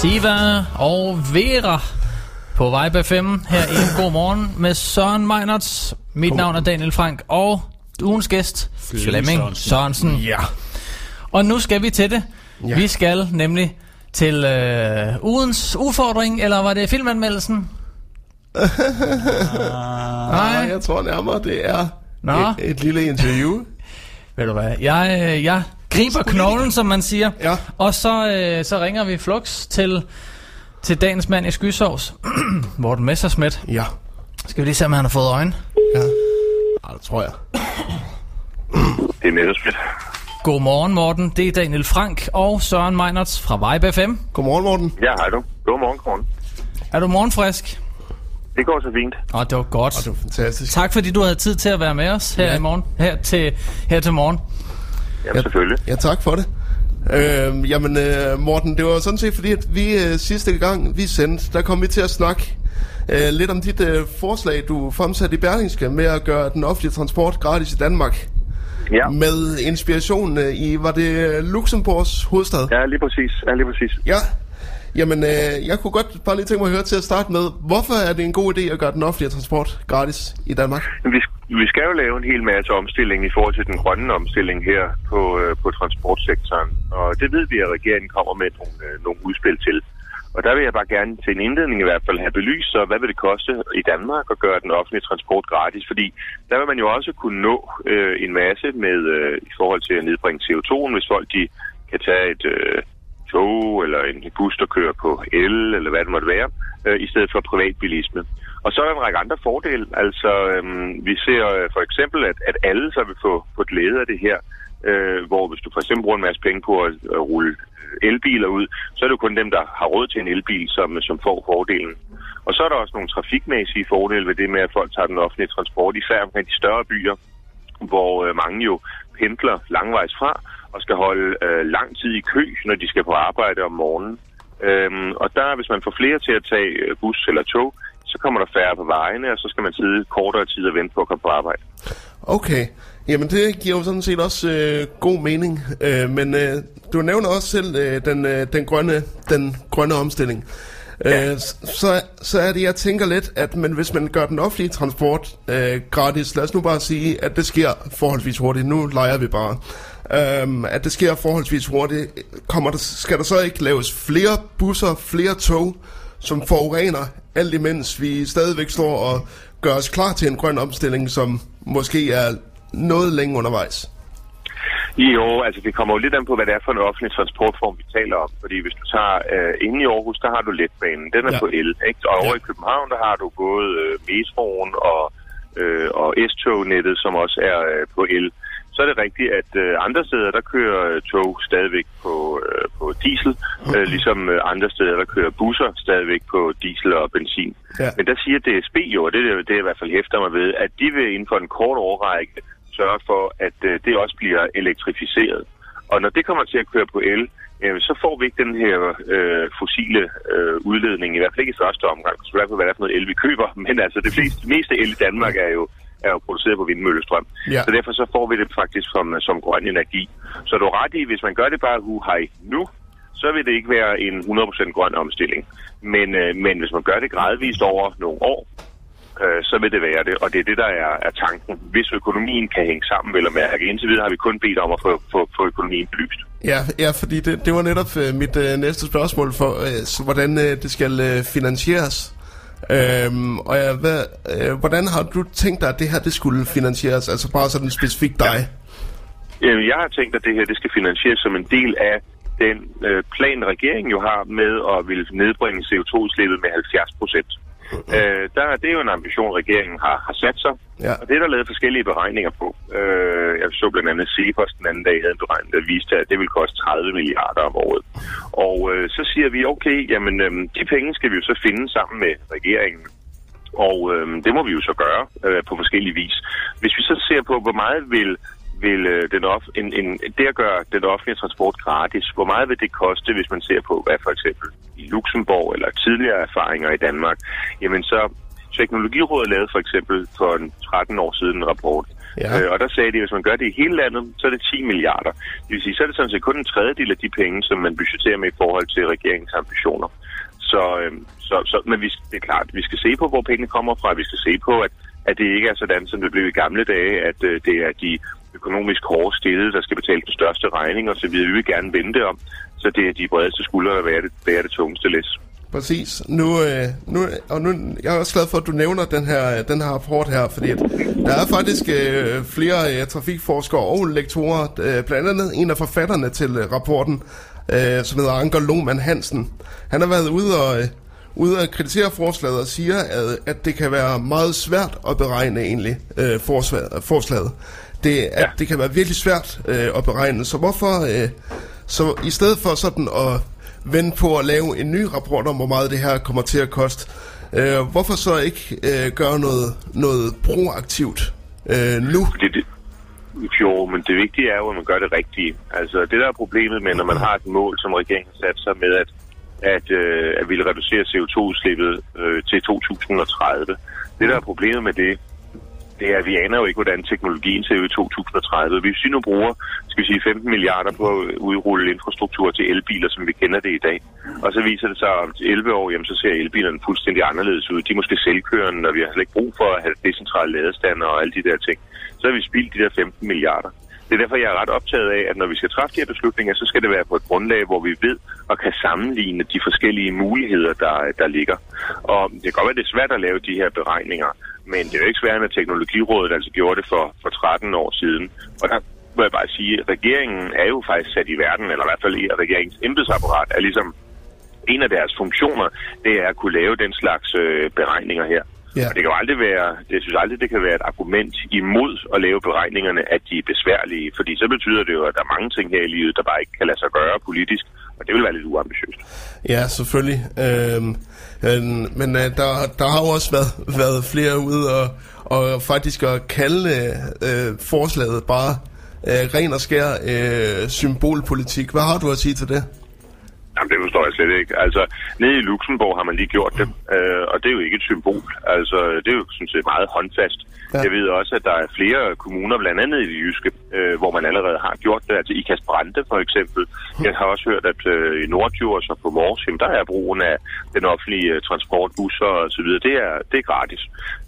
Siva og Vera på Vibe FM her i en god morgen med Søren Meinerts. Mit navn er Daniel Frank og ugens gæst Flemming Sørensen. Ja. Og nu skal vi til det. Ja. Vi skal nemlig til ugens udfordring, eller var det filmanmeldelsen? Nej, jeg tror nærmere, det er et lille interview. Ved du hvad, jeg griber knoglen, som man siger, ja. Og så ringer vi flux til dagens mand i skysovs, Morten Messerschmidt. Ja. Skal vi lige se, om han har fået øjne? Ja, det tror jeg. Det er Messerschmidt. Godmorgen, Morten. Det er Daniel Frank og Søren Meinerts fra Vibe FM. Godmorgen, Morten. Ja, hej du. Godmorgen. Er du morgenfrisk? Det går så fint. Det var godt. Det var fantastisk. Tak fordi du havde tid til at være med os her i morgen. Her til morgen. Jamen selvfølgelig. Ja, tak for det. Morten, det var sådan set fordi, at vi sidste gang vi sendte, der kom vi til at snakke lidt om dit forslag, du fremsatte i Berlingske med at gøre den offentlige transport gratis i Danmark. Ja. Med inspiration i, var det Luxembourgs hovedstad? Ja, lige præcis. Ja. Jamen, jeg kunne godt bare lige tænke mig at høre til at starte med, hvorfor er det en god idé at gøre den offentlige transport gratis i Danmark? Vi skal jo lave en hel masse omstilling i forhold til den grønne omstilling her på transportsektoren. Og det ved vi, at regeringen kommer med nogle udspil til. Og der vil jeg bare gerne til en indledning i hvert fald have belyst, så hvad vil det koste i Danmark at gøre den offentlige transport gratis? Fordi der vil man jo også kunne nå en masse med i forhold til at nedbringe CO2'en, hvis folk de kan tage et tog eller en bus, der kører på el, eller hvad det måtte være, i stedet for privatbilisme. Og så er der en række andre fordele. Altså, vi ser for eksempel, at alle så vil få glæde af det her, hvor hvis du for eksempel bruger en masse penge på at rulle elbiler ud, så er det jo kun dem, der har råd til en elbil, som får fordelen. Og så er der også nogle trafikmæssige fordele ved det med, at folk tager den offentlige transport, især omkring de større byer, hvor mange jo pendler langvejs fra, og skal holde lang tid i kø, når de skal på arbejde om morgenen. Og der, hvis man får flere til at tage bus eller tog, så kommer der færre på vejene, og så skal man sidde kortere tid og vente på at komme på arbejde. Okay. Jamen, det giver jo sådan set også god mening. Men du nævner også selv den grønne omstilling. Ja. Så er det, jeg tænker lidt, at hvis man gør den offentlige transport gratis, lad os nu bare sige, at det sker forholdsvis hurtigt. Nu leger vi bare. At det sker forholdsvis hurtigt. Skal der så ikke laves flere busser, flere tog, som forurener, alt imens vi stadigvæk står og gør os klar til en grøn omstilling, som måske er noget længe undervejs? Jo, altså det kommer jo lidt an på, hvad det er for en offentlig transportform, vi taler om. Fordi hvis du tager inde i Aarhus, der har du letbanen. Den er på el, ikke? Og over i København, der har du både metroen og S-tognettet, som også er på el. Så er det rigtigt, at andre steder, der kører tog stadigvæk på diesel, ligesom andre steder, der kører busser stadigvæk på diesel og benzin. Ja. Men der siger DSB jo, og det er i hvert fald hæfter mig ved, at de vil inden for en kort årrække sørge for, at det også bliver elektrificeret. Og når det kommer til at køre på el, så får vi ikke den her fossile udledning, i hvert fald ikke i første omgang. Så derfor, hvad det er for noget el, vi køber. Men altså, det meste el i Danmark er jo produceret på vindmøllestrøm. Ja. Så derfor så får vi det faktisk som grøn energi. Så du er ret i, hvis man gør det bare hej nu, så vil det ikke være en 100% grøn omstilling. Men hvis man gør det gradvist over nogle år, så vil det være det. Og det er det, der er tanken. Hvis økonomien kan hænge sammen, vel at mærke. Indtil videre har vi kun bedt om at få økonomien belyst. Ja, fordi det var netop mit næste spørgsmål for, hvordan det skal finansieres. Hvordan har du tænkt dig, at det her det skulle finansieres? Altså bare sådan specifikt dig? Ja. Jeg har tænkt, at det her det skal finansieres som en del af den plan, regeringen jo har med at ville nedbringe CO2-udslippet med 70%. Det er jo en ambition, regeringen har sat sig, og det er der lavet forskellige beregninger på. Jeg så blandt andet Cepos den anden dag havde en beregning, der viste, at det vil koste 30 milliarder om året. Og så siger vi, okay, jamen de penge skal vi jo så finde sammen med regeringen, og det må vi jo så gøre på forskellige vis. Hvis vi så ser på, hvor meget vil det at gøre den offentlige transport gratis, hvor meget vil det koste, hvis man ser på, hvad for eksempel i Luxembourg eller tidligere erfaringer i Danmark, jamen så Teknologirådet lavede for eksempel for 13 år siden en rapport. Ja. Og der sagde de, at hvis man gør det i hele landet, så er det 10 milliarder. Det vil sige, så er det sådan set kun en tredjedel af de penge, som man budgetterer med i forhold til regeringens ambitioner. Men det er klart, vi skal se på, hvor pengene kommer fra. Vi skal se på, at det ikke er sådan, som det blev i gamle dage, at det er de økonomisk hårde stillede, der skal betale den største regning, og så videre. Vi vil gerne vende det om, så det er de bredeste skuldre, der bærer det tungeste læs. Præcis. Nu, jeg er også glad for, at du nævner den her rapport her, fordi der er faktisk flere trafikforskere og lektorer, blandt andet en af forfatterne til rapporten, som hedder Anker Lohmann Hansen. Han har været ude og kritisere forslaget og siger, at det kan være meget svært at beregne egentlig forslaget. Det kan være virkelig svært at beregne. Så hvorfor, så i stedet for sådan at vente på at lave en ny rapport om, hvor meget det her kommer til at koste, hvorfor så ikke gøre noget proaktivt nu? Jo, men det vigtige er jo, at man gør det rigtige. Altså det der er problemet med, når man har et mål, som regeringen har sat sig med, at ville reducere CO2-udslippet til 2030. Det der er problemet med det er, at vi aner jo ikke, hvordan teknologien ser ud i 2030. Hvis vi nu bruger, 15 milliarder på at udrulle infrastruktur til elbiler, som vi kender det i dag, og så viser det sig om 11 år, jamen, så ser elbilerne fuldstændig anderledes ud. De er måske selvkørende, og vi har slet ikke brug for at have decentrale ladestander og alle de der ting. Så har vi spildt de der 15 milliarder. Det er derfor, jeg er ret optaget af, at når vi skal træffe de her beslutninger, så skal det være på et grundlag, hvor vi ved og kan sammenligne de forskellige muligheder, der ligger. Og det kan godt være, det er svært at lave de her beregninger, men det er jo ikke svært, at Teknologirådet altså gjorde det for 13 år siden. Og der må jeg bare sige, at regeringen er jo faktisk sat i verden, eller i hvert fald i regeringens embedsapparat, er ligesom en af deres funktioner, det er at kunne lave den slags beregninger her. Ja. Og det kan jo aldrig være, jeg synes aldrig, det kan være et argument imod at lave beregningerne, at de er besværlige, fordi så betyder det jo, at der er mange ting her i livet, der bare ikke kan lade sig gøre politisk, og det vil være lidt uambitiøst. Ja, selvfølgelig. Men der har jo også været flere ude og faktisk at kalde forslaget bare ren og skær symbolpolitik. Hvad har du at sige til det? Jamen, det forstår jeg slet ikke. Altså, nede i Luxembourg har man lige gjort det, og det er jo ikke et symbol. Altså, det er jo sådan set meget håndfast. Ja. Jeg ved også, at der er flere kommuner, blandt andet i det jyske, hvor man allerede har gjort det. Altså, Ikast Brande for eksempel. Jeg har også hørt, at i Nordjurs og på Mors, der er brugen af den offentlige transportbusser og så videre. Det er gratis.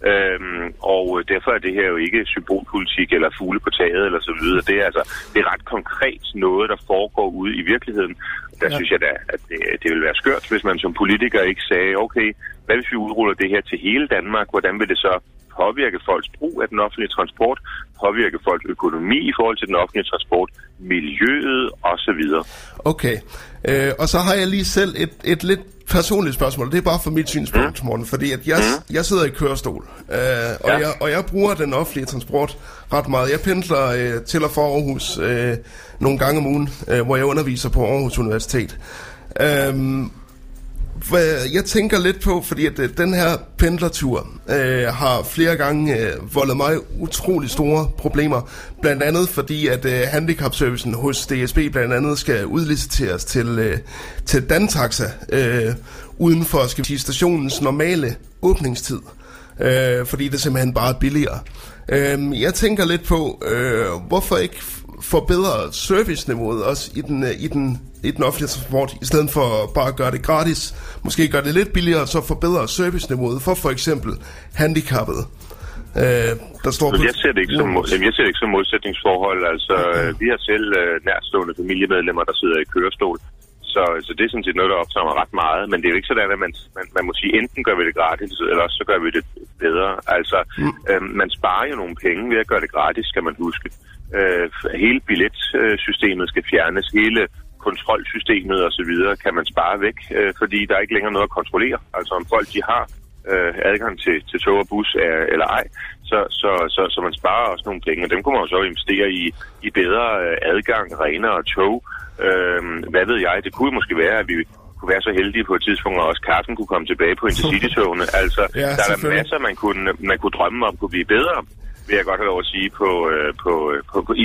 Og derfor er det her jo ikke symbolpolitik eller fugle på taget eller så videre. Det er ret konkret noget, der foregår ude i virkeligheden. Der synes jeg da, at det ville være skørt, hvis man som politiker ikke sagde, okay, hvad hvis vi udruller det her til hele Danmark? Hvordan vil det så påvirke folks brug af den offentlige transport, påvirke folks økonomi i forhold til den offentlige transport, miljøet osv.? Okay, og så har jeg lige selv et lidt personligt spørgsmål. Det er bare for mit synspunkt, Morten, fordi at jeg sidder i kørestol, og jeg bruger den offentlige transport ret meget. Jeg pendler til og fra Aarhus nogle gange om ugen, hvor jeg underviser på Aarhus Universitet. Jeg tænker lidt på, fordi at den her pendlertur har flere gange voldet mig utrolig store problemer. Blandt andet fordi, at handicapservicen hos DSB blandt andet skal udliciteres til Dantaxa uden for, skal vi sige, stationens normale åbningstid. Fordi det simpelthen bare er billigere. Jeg tænker lidt på, hvorfor ikke forbedre serviceniveauet også i den offentlige transport, i stedet for bare at gøre det gratis. Måske gøre det lidt billigere, så forbedre serviceniveauet for eksempel handicappede. Jeg ser det ikke som modsætningsforhold. Altså, vi har selv nærstående familiemedlemmer, der sidder i kørestol. Så det er sådan set noget, der optager mig ret meget. Men det er jo ikke sådan, at man må sige, enten gør vi det gratis, eller så gør vi det bedre. Altså, man sparer jo nogle penge ved at gøre det gratis, skal man huske. Hele billetsystemet skal fjernes, hele kontrolsystemet og så videre kan man spare væk, fordi der er ikke længere noget at kontrollere. Altså om folk de har adgang til tog og bus eller ej, så man sparer også nogle penge, og dem kunne man jo så investere i bedre adgang, renere tog. Hvad ved jeg, det kunne måske være, at vi kunne være så heldige på et tidspunkt, og også kaffen kunne komme tilbage på Intercity-togene. Altså, ja, der er der masser, man kunne drømme om kunne blive bedre, vil jeg godt have lov at sige,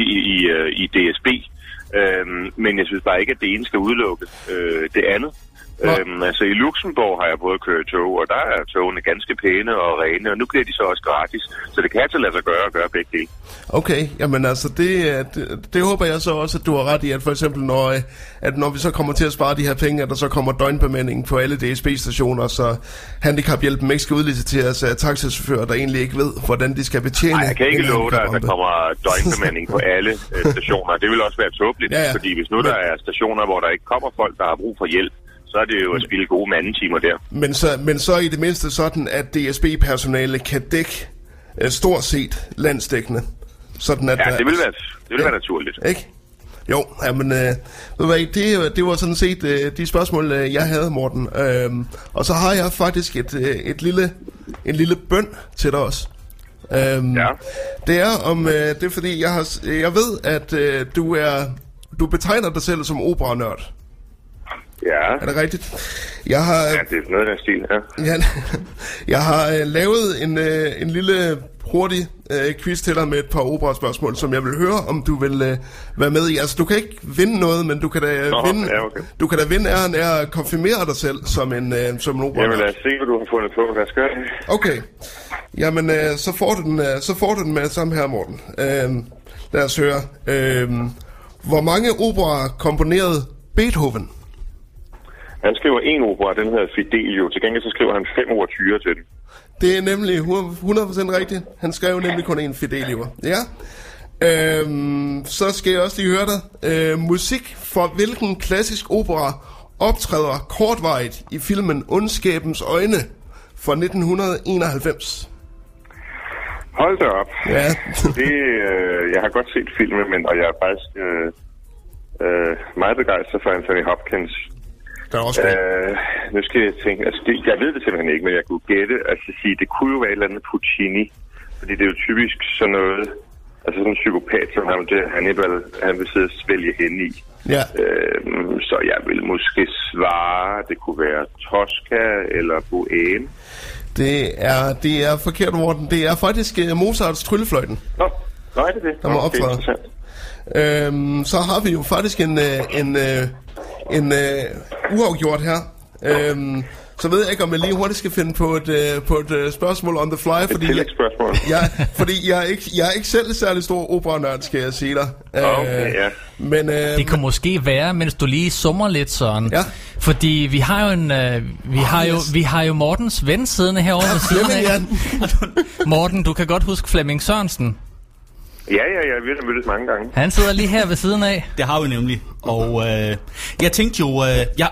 i DSB. Men jeg synes bare ikke, at det ene skal udelukke det andet. Altså i Luxembourg har jeg både kørt tog, og der er togene ganske pæne og rene, og nu bliver de så også gratis. Så det kan altså lade sig gøre begge dele. Okay, jamen altså det håber jeg så også, at du har ret i, at for eksempel når vi så kommer til at spare de her penge, at der så kommer døgnbemanding på alle DSB-stationer, så handicaphjælpen ikke skal udliciteres af taxichauffører, der egentlig ikke ved, hvordan de skal betjene. Nej, jeg kan ikke love dig, at der kommer døgnbemanding på alle stationer. Det vil også være tåbeligt, fordi hvis nu der er stationer, hvor der ikke kommer folk, der har brug for hjælp, så er det jo at spille gode mandetimer der. Men så i det mindste sådan, at DSB-personale kan dække stort set landsdækkende. Sådan at, det vil være naturligt. Ikke? Jo, jamen, det var sådan set de spørgsmål, jeg havde, Morten. Og så har jeg faktisk en lille bøn til dig også. Det er fordi, jeg ved, at du betegner dig selv som operanørd. Ja. Er det rigtigt? Jeg har, det er noget af den stil, ja. Jeg har lavet en lille hurtig quiz til dig med et par operaspørgsmål, som jeg vil høre, om du vil være med i. Altså, du kan ikke vinde noget, men du kan da vinde æren af at konfirmere dig selv som en opera. Jeg vil lade se, hvad du har fundet på. Lad os gøre det. Okay. Jamen, så får du den med sammen her, Morten. Lad os høre. Hvor mange operaer komponerede Beethoven? Han skriver en opera, den hedder Fidelio. Til gengæld så skriver han 5 ouverturer til den. Det er nemlig 100% rigtigt. Han skrev nemlig kun en Fidelio. Ja. Så skal jeg også lige høre dig. Musik for hvilken klassisk opera optræder kortvarigt i filmen Ondskabens Øjne fra 1991? Hold da op. Ja. Jeg har godt set filmen, og jeg er faktisk meget begejstret for Anthony Hopkins. Nu skal jeg tænke, altså jeg ved det simpelthen ikke, men jeg kunne gætte, altså sige, det kunne jo være et eller andet Puccini, fordi det er jo typisk sådan noget, altså sådan en psykopat, som han vil sidde og svælge hen i. Ja. Så jeg vil måske svare, det kunne være Tosca eller Bohème. Det er forkert, Morten. Det er faktisk Mozarts Tryllefløjten. Nå, er det det? Der må optræde. Så har vi jo faktisk en uafgjort her. Så ved jeg ikke, om jeg lige hurtigt skal finde på et spørgsmål on the fly, fordi jeg er ikke selv særlig stor operanørd, skal jeg sige dig. Okay, ja. Men det kan måske være, mens du lige summer lidt sådan. Ja. Fordi vi har jo vi har jo Mortens ven siddende herovre ved siden af. Morten, du kan godt huske Flemming Sørensen. Ja, vi har mødtes mange gange. Han sidder lige her ved siden af. Det har vi nemlig. Og jeg tænkte jo,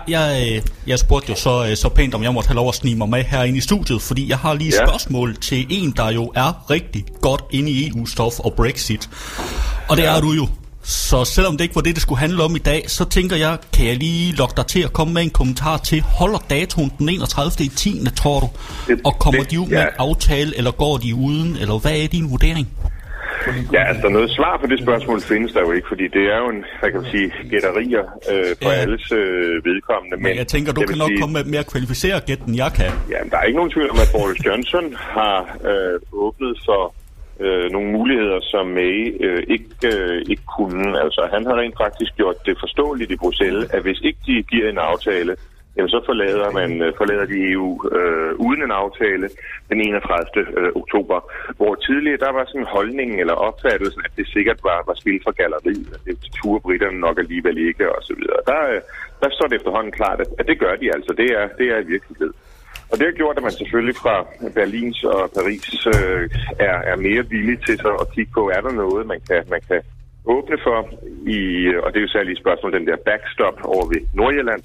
jeg spurgte jo så pænt, om jeg måtte have lov at snige mig med herinde i studiet, fordi jeg har lige et spørgsmål til en, der jo er rigtig godt inde i EU-stof og Brexit. Og det er du jo. Så selvom det ikke var det skulle handle om i dag, så tænker jeg, kan jeg lige lokke dig til at komme med en kommentar til, holder datoen den 31.10., tror du? Og kommer de ud med en aftale, eller går de uden, eller hvad er din vurdering? Ja, altså noget svar på det spørgsmål findes der jo ikke, fordi det er jo gætterier for alles vedkommende. Men jeg tænker, du kan nok komme med mere kvalificeret gæt, end jeg kan. Ja, der er ikke nogen tvivl om, at Boris Johnson har åbnet for nogle muligheder, som May ikke kunne. Altså, han har rent faktisk gjort det forståeligt i Bruxelles, at hvis ikke de giver en aftale, jamen så forlader de EU uden en aftale den 31. oktober, hvor tidligere der var sådan en holdning eller opfattelsen, at det sikkert var spil for galleriet, at det turde britterne nok alligevel ikke og så videre. Der står det efterhånden klart, at det gør de altså. Det er virkelighed. Og det har gjort, at man selvfølgelig fra Berlins og Paris er mere villig til så at kigge på, er der noget, man kan åbne for og det er jo særligt spørgsmål, den der backstop over ved Nordjylland,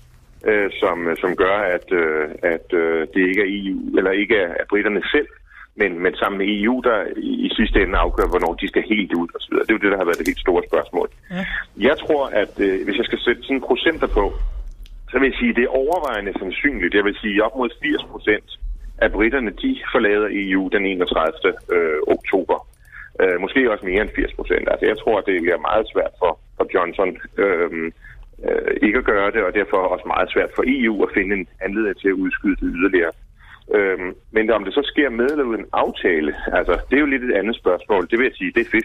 som gør, at det ikke er EU, eller ikke er britterne selv, men sammen med EU, der i sidste ende afgør, hvornår de skal helt ud osv. Det er jo det, der har været det helt store spørgsmål. Ja. Jeg tror, at hvis jeg skal sætte sådan procenter på, så vil jeg sige, at det er overvejende sandsynligt. Jeg vil sige, op mod 80% af britterne, de forlader EU den 31. oktober. Måske også mere end 80%. Altså, jeg tror, at det bliver meget svært for Johnson ikke at gøre det, og derfor også meget svært for EU at finde en anledning til at udskyde det yderligere. Men om det så sker med eller uden aftale, altså det er jo lidt et andet spørgsmål. Det vil jeg sige, det er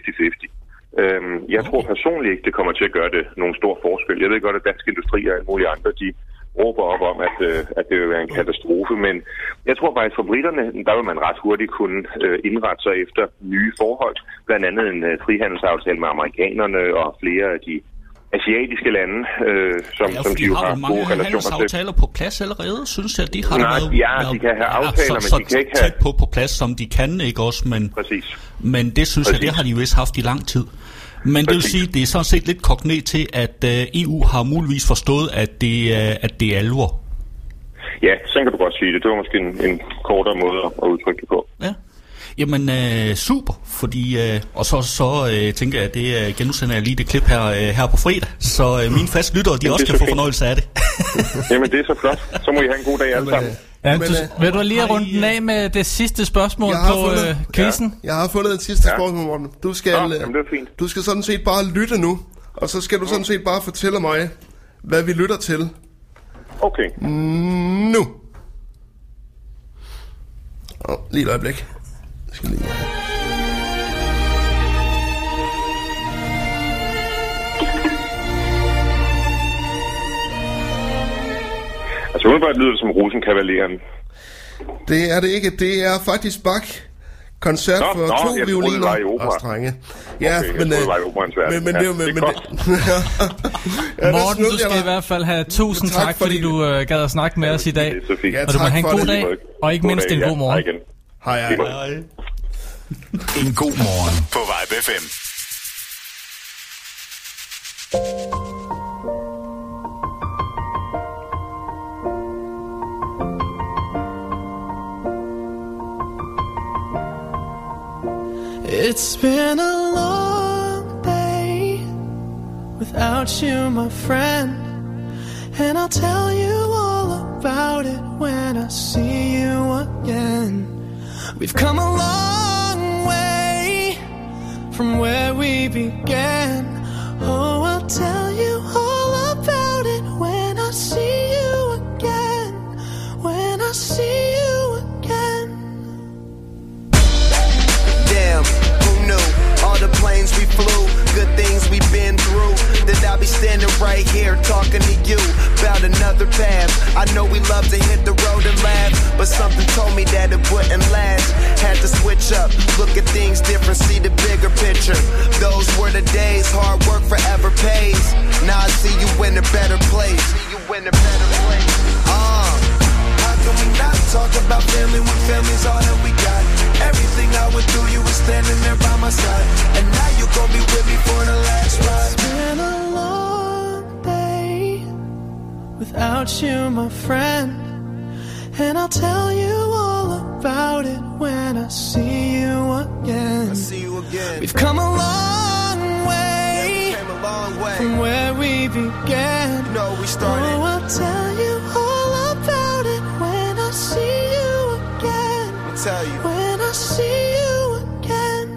50-50. Jeg tror personligt ikke, det kommer til at gøre det nogen stor forskel. Jeg ved godt, at Dansk Industri og alle mulige andre, de råber op om, at det vil være en katastrofe. Men jeg tror faktisk, for britterne, der vil man ret hurtigt kunne indrette sig efter nye forhold. Blandt andet en frihandelsaftale med amerikanerne og flere af de asiatiske lande, som de jo har gode relationer til. Handelsaftaler på plads allerede, synes jeg, de har været... Ja, de kan have aftaler, men de kan ikke have... tæt på plads, som de kan, ikke også? Men, præcis. Men det synes jeg, det har de vist haft i lang tid. Men det vil sige, det er sådan set lidt kogt ned til, at EU har muligvis forstået, at det er alvor. Ja, sådan kan du godt sige det. Det var måske en kortere måde at udtrykke det på. Ja. Jamen, super, fordi... og så tænker jeg, at det genudsender jeg lige det klip her på fredag, så mine faste lyttere, de også kan få fornøjelse af det. Jamen, det er så flot. Så må I have en god dag alle sammen. Ja, vil du lige runde den af med det sidste spørgsmål på quizzen? Jeg har fundet et sidste spørgsmål, Morten. Du skal, jamen, det er fint. Du skal sådan set bare lytte nu, og så skal du sådan set bare fortælle mig, hvad vi lytter til. Okay. Nu. Lige et øjeblik. Jeg skal lige... Altså umiddelbart lyder det som Rosenkavaleren. Det er det ikke. Det er faktisk Bach. Koncert for 2 violiner og strenge. Ja, okay, men det er jo... Morten, du skal i hvert fald have 1000 tak, fordi du gad at snakke med os i dag. Og du må have en god dag, og ikke mindst en god morgen. Hej. En god morgen på Vibe FM. It's been a long day without you, my friend, and I'll tell you all about it when I see you again. We've come a long way from where we began. Oh, I'll tell you all about it when I see you again. When I see you again. Damn, who knew? All the planes we flew, good things we've been through. That I'll be standing right here talking to you about another path. I know we love to hit the road and laugh, but something told me that it wouldn't last. Had to switch up, look at things different, see the bigger picture. Those were the days, hard work forever pays. Now I see you in a better place. How can we not talk about family when family's all that we got? Everything I went through, you were standing there by my side, and now you gon' be with me for the last ride. It's been a long day without you, my friend, and I'll tell you all about it when I see you again. We've come a long way, from where we began. We started. Oh, I'll tell you all about it when I see you again. I'll tell you. When I see you again.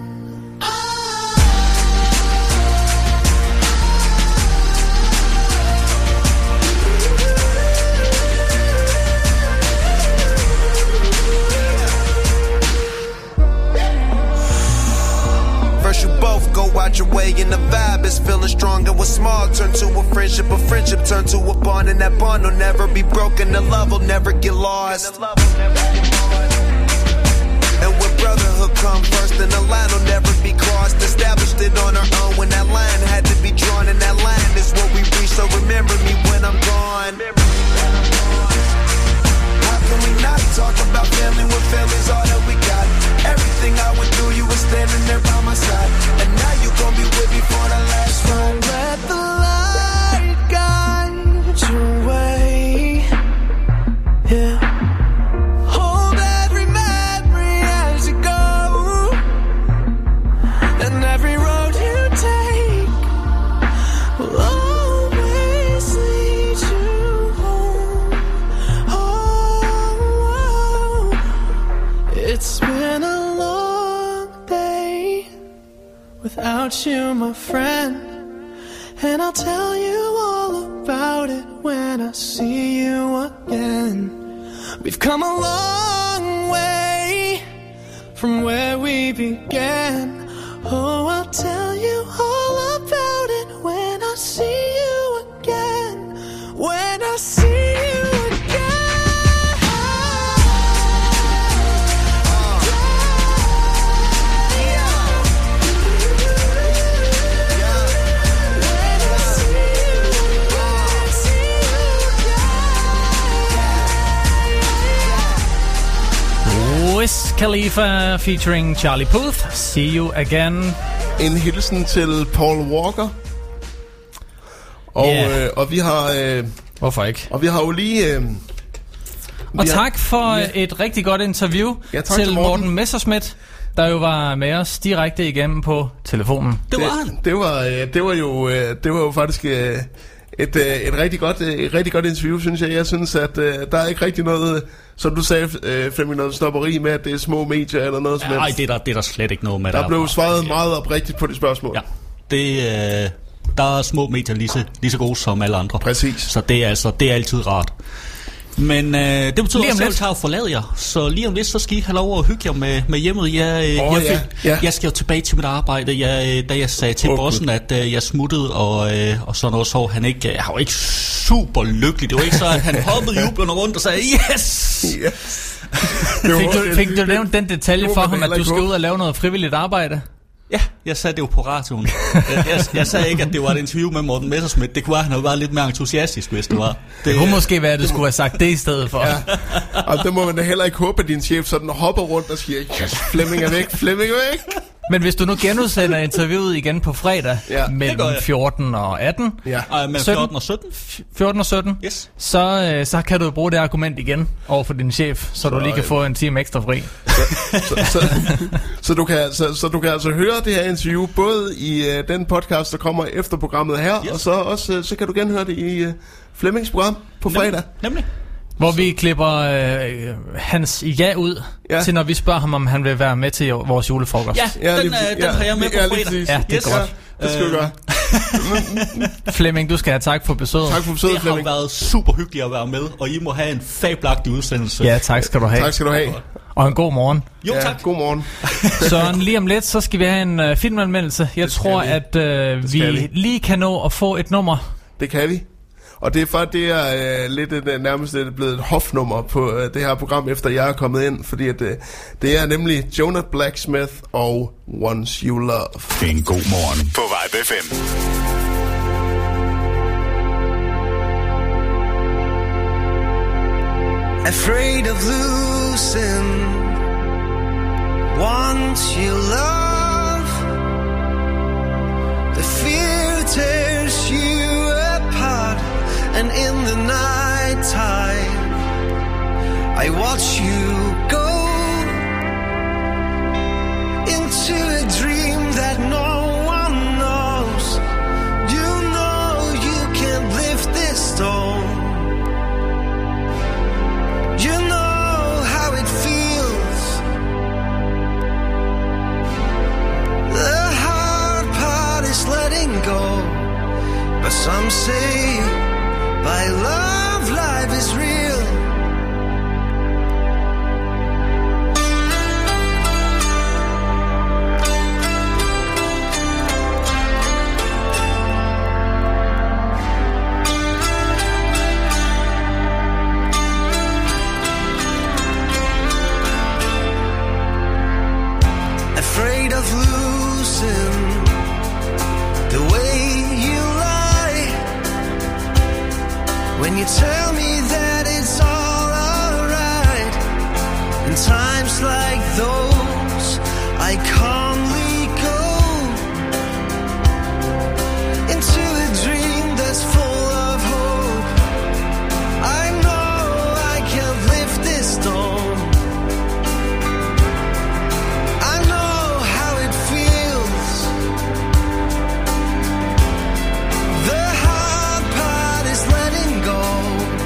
First you both go out your way and the vibe is feeling strong, and what's small turn to a friendship turn to a bond, and that bond will never be broken, the love will never get lost. And when brotherhood come first, then the line will never be crossed. Established it on our own when that line had to be drawn, and that line is what we reach, so remember me when I'm gone. How can we not talk about family when family's all that we got? Everything I went through, you were standing there by my side, and now you gon' be with me for the last ride. Let the light guide your way. Yeah. Hold every memory as you go, and every road you take will always lead you home. Oh, it's been a long day without you, my friend, and I'll tell you all about it when I see you again. We've come a long way from where we began. Oh, I'll tell you all about it when I see you again. When I see you Khalifa featuring Charlie Puth. See you again. En hilsen til Paul Walker. Og vi har... Hvorfor ikke? Og vi har jo lige... Og tak for et rigtig godt interview til Morten Messerschmidt, der jo var med os direkte igennem på telefonen. Det var han. Det var jo faktisk et rigtig godt interview, synes jeg. Jeg synes, at der er ikke rigtig noget, som du sagde, Flemming, noget stopperi med, at det er små medier eller noget som helst. Nej, det er der slet ikke noget med. Der blev svaret meget oprigtigt på de spørgsmål. Ja, der er små medier lige så gode som alle andre. Præcis. Så det er altid rart. Men det betyder, at jeg tager forlade jer. Så lige om lidt, så skal I have lov at hygge jer med hjemmet. Jeg skal jo tilbage til mit arbejde. Da jeg sagde til bossen, at jeg smuttede og sådan noget, så han var ikke super lykkelig. Det var ikke så, at han hoppede jublende rundt og sagde, yes! Fik du nævnt den detalje for ham, at du skal ud og lave noget frivilligt arbejde? Ja, jeg sagde det jo på radioen. Jeg sagde ikke, at det var et interview med Morten Messerschmidt. Det kunne være, at han havde været lidt mere entusiastisk, hvis det var. Det kunne måske være, at du skulle have sagt det i stedet for. Ja. Og det må man da heller ikke håbe, at din chef sådan hopper rundt og siger, yes, Flemming er væk, Flemming er væk. Men hvis du nu genudsender interviewet igen på fredag mellem 14 og 18, mellem 14 og 17, 14 og 17, yes. så kan du bruge det argument igen over for din chef, så du lige kan få en time ekstra fri. Så du kan altså høre det her interview både i den podcast, der kommer efter programmet her, og så kan du genhøre det i Flemmings program på fredag. Nemlig. Hvor vi klipper hans ud til, når vi spørger ham, om han vil være med til vores julefrokost. Ja, den har jeg med på fredag. Ja, det er godt. Det skal vi gøre. Flemming, du skal have tak for besøget. Tak for besøget, Flemming. Det har været super hyggeligt at være med, og I må have en fabelagtig udsendelse. Ja, tak skal du have. Tak skal du have. Og en god morgen. Jo, tak. God morgen. Så lige om lidt, så skal vi have en filmanmeldelse. Jeg tror, at vi lige kan nå at få et nummer. Det kan vi. Og det er lidt nærmest blevet et hofnummer på det her program, efter jeg er kommet ind, fordi at, det er nemlig Jonah Blacksmith og Once You Love. En god morgen på Vibe FM. Afraid of losing once you love. The fear tears you apart, and in the night time I watch you go into a dream that no one knows. You know you can't lift this stone. You know how it feels. The hard part is letting go, but some say by love life is real. Afraid of losing the way you lie when you tell me that it's all alright. In times like those I calmly go into a dream that's full of hope. I know I can't lift this stone. I know how it feels. The hard part is letting go,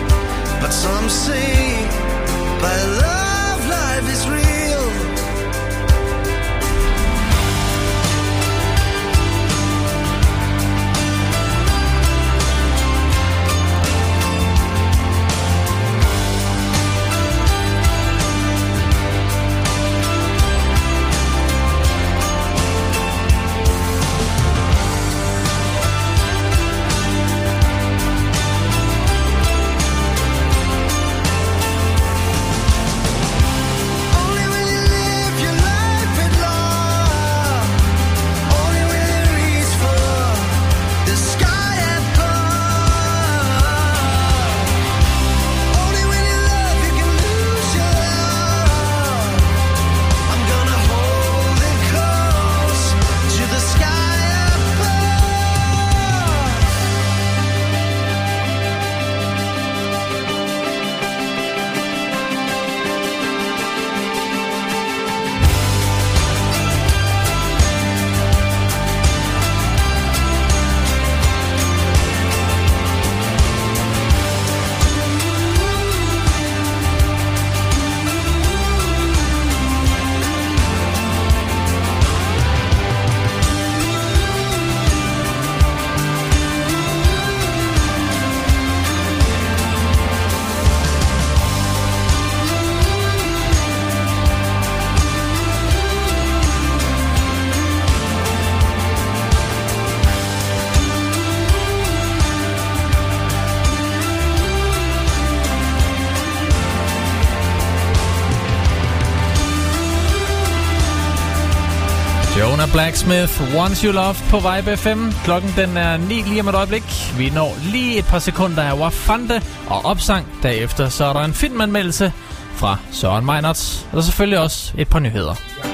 Sabrina Blacksmith, Once You Love på Vibe FM. Klokken den er 9 lige om et øjeblik. Vi når lige et par sekunder af Wafande og opsang. Derefter så er der en filmanmeldelse fra Søren Meinerts. Og selvfølgelig også et par nyheder.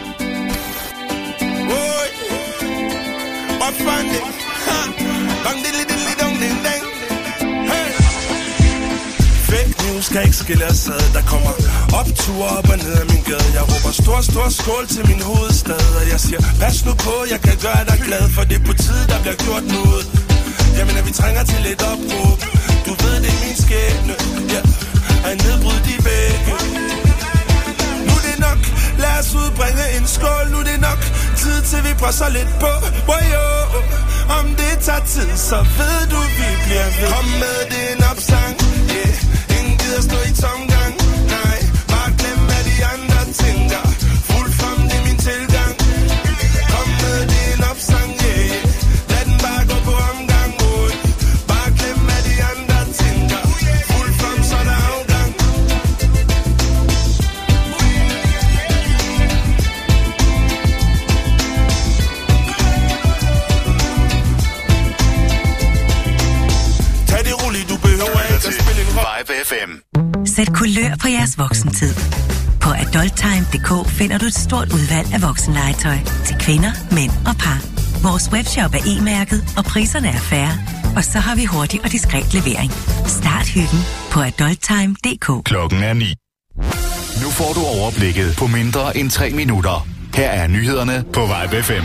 Skal ikke skille os ad. Der kommer opture op og ned af min gade. Jeg råber stor skål til min hovedstad. Og jeg siger, pas nu på, jeg kan gøre dig glad. For det er på tide, der bliver gjort noget. Jamen, at vi trænger til lidt opråb. Du ved, det er min skæbne. Ja, at nedbryde de vægge. Nu er det nok, lad os udbringe en skål. Nu er det nok, tid til vi presser lidt på. Wojo, om det tager tid, så ved du, vi bliver ved. Kom med, det er en opsang. Yeah. At stå i tomgang, nej, bare glem hvad de andre tænker. Fuld frem, det er min tilgang. Kom med, det er en opsang, yeah. Lad den bare gå på omgang, boy. Bare glem hvad de andre tænker. Fuld frem, så er der afgang. Tag det roligt, du behøver ikke at spille en rock. Vibe FM. Sæt kulør på jeres voksentid. På adulttime.dk finder du et stort udvalg af voksenlegetøj til kvinder, mænd og par. Vores webshop er e-mærket, og priserne er fair. Og så har vi hurtig og diskret levering. Start hyggen på adulttime.dk. Klokken er 9. Nu får du overblikket på mindre end 3 minutter. Her er nyhederne på Vibe FM.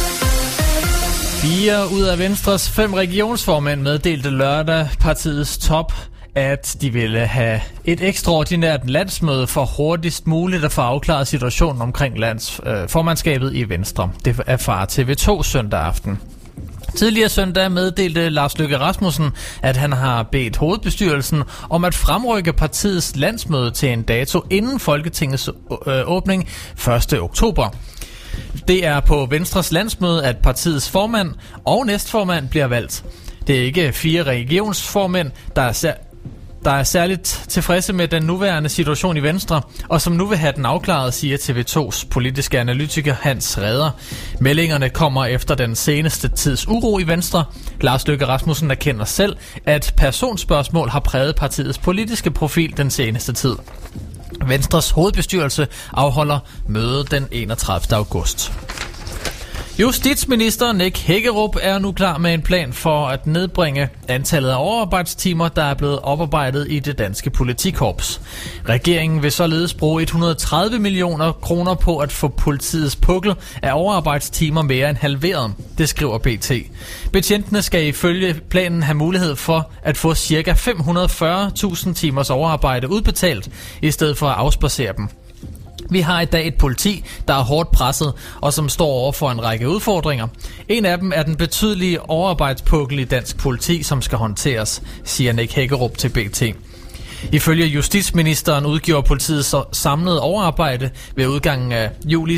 4 ud af Venstres 5 regionsformænd meddelte lørdag partiets top, at de ville have et ekstraordinært landsmøde for hurtigst muligt at få afklaret situationen omkring formandskabet i Venstre. Det erfarer TV2 søndag aften. Tidligere søndag meddelte Lars Løkke Rasmussen, at han har bedt hovedbestyrelsen om at fremrykke partiets landsmøde til en dato inden Folketingets åbning 1. oktober. Det er på Venstres landsmøde, at partiets formand og næstformand bliver valgt. Det er ikke 4 regionsformænd, der er særligt tilfredse med den nuværende situation i Venstre, og som nu vil have den afklaret, siger TV2's politiske analytiker Hans Reder. Meldingerne kommer efter den seneste tids uro i Venstre. Lars Løkke Rasmussen erkender selv, at personspørgsmål har præget partiets politiske profil den seneste tid. Venstres hovedbestyrelse afholder møde den 31. august. Justitsminister Nick Hækkerup er nu klar med en plan for at nedbringe antallet af overarbejdstimer, der er blevet oparbejdet i det danske politikorps. Regeringen vil således bruge 130 millioner kroner på at få politiets pukkel af overarbejdstimer mere end halveret, det skriver BT. Betjentene skal ifølge planen have mulighed for at få ca. 540.000 timers overarbejde udbetalt, i stedet for at afspacere dem. Vi har i dag et politi, der er hårdt presset, og som står over for en række udfordringer. En af dem er den betydelige overarbejdspukkel i dansk politi, som skal håndteres, siger Nick Hækkerup til BT. Ifølge justitsministeren udgjorde politiets samlede overarbejde ved udgangen af juli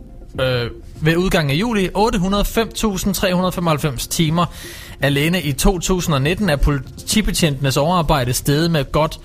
805.395 timer. Alene i 2019 er politibetjentenes overarbejde steget med godt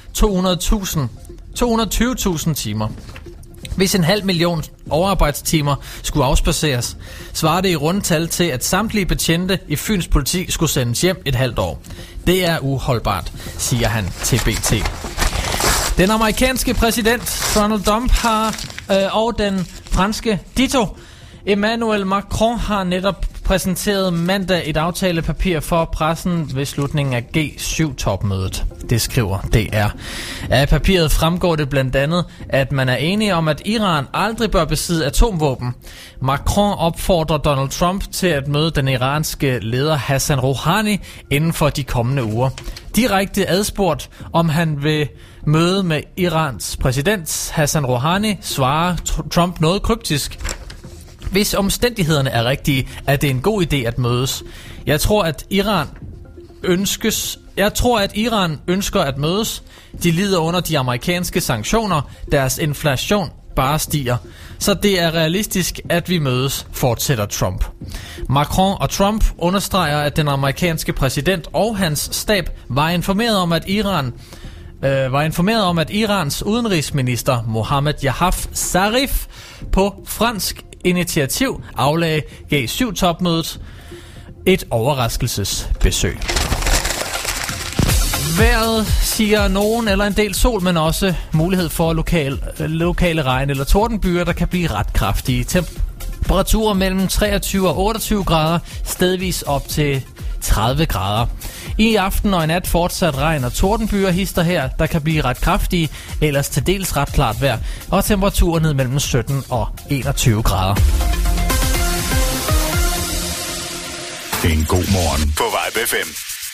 220.000 timer. Hvis 500.000 overarbejdstimer skulle afspaceres, svarer det i rundtal til, at samtlige betjente i Fyns politi skulle sendes hjem et halvt år. Det er uholdbart, siger han til BT. Den amerikanske præsident Donald Trump og den franske ditto Emmanuel Macron har netop præsenteret mandag et aftalepapir for pressen ved slutningen af G7-topmødet. Det skriver DR. Af papiret fremgår det blandt andet, at man er enige om, at Iran aldrig bør besidde atomvåben. Macron opfordrer Donald Trump til at møde den iranske leder Hassan Rouhani inden for de kommende uger. Direkte adspurgt, om han vil møde med Irans præsident Hassan Rouhani, svarer Trump noget kryptisk. Hvis omstændighederne er rigtige, er det en god idé at mødes. Jeg tror, at Iran ønsker at mødes. De lider under de amerikanske sanktioner. Deres inflation bare stiger. Så det er realistisk, at vi mødes, fortsætter Trump. Macron og Trump understreger, at den amerikanske præsident og hans stab var informeret om, at Irans udenrigsminister Mohammad Javad Zarif på fransk initiativ aflagde G7-topmødet et overraskelsesbesøg. Vejret siger nogen eller en del sol, men også mulighed for lokale regn- eller tordenbyer, der kan blive ret kraftige. Temperaturer mellem 23 og 28 grader, stedvis op til 30 grader. I aften og i nat fortsat regn og tordenbyer hister her, der kan blive ret kraftige, ellers til dels ret klart vejr, og temperaturer ned mellem 17 og 21 grader. En god morgen på Vibe FM.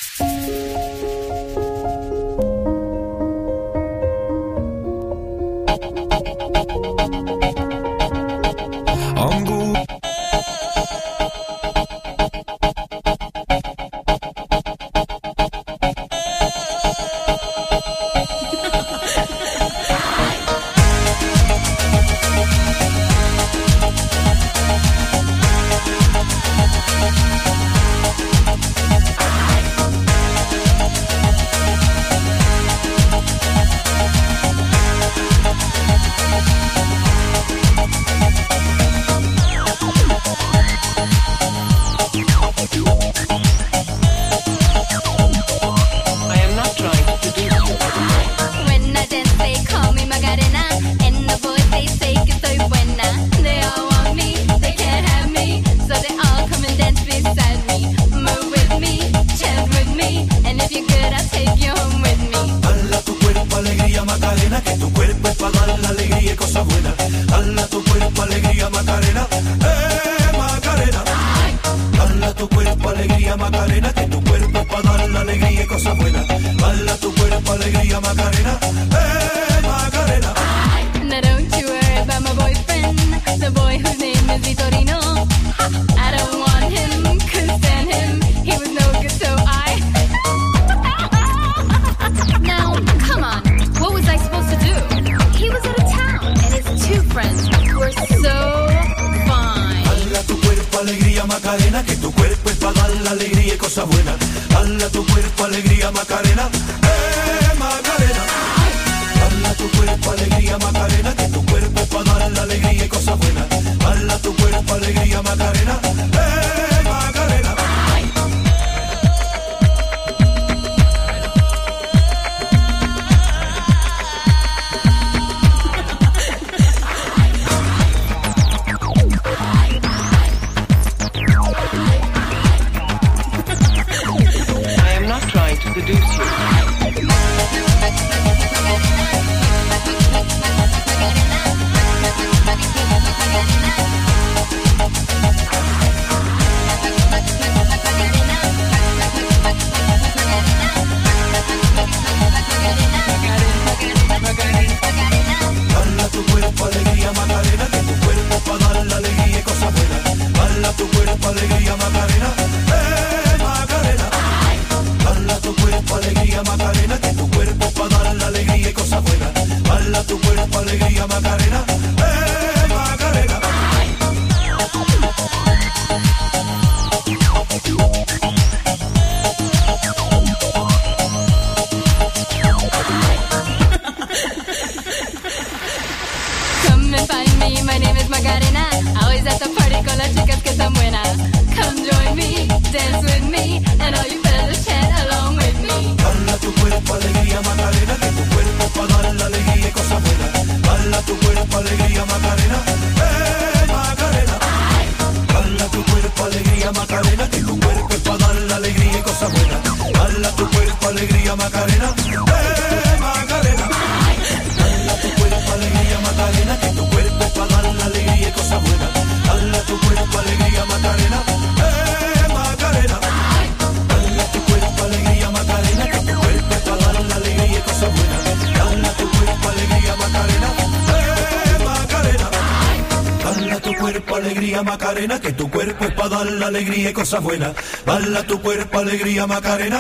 Macarena, que tu cuerpo es para dar la alegría y cosas buenas. Baila tu cuerpo, alegría, Macarena.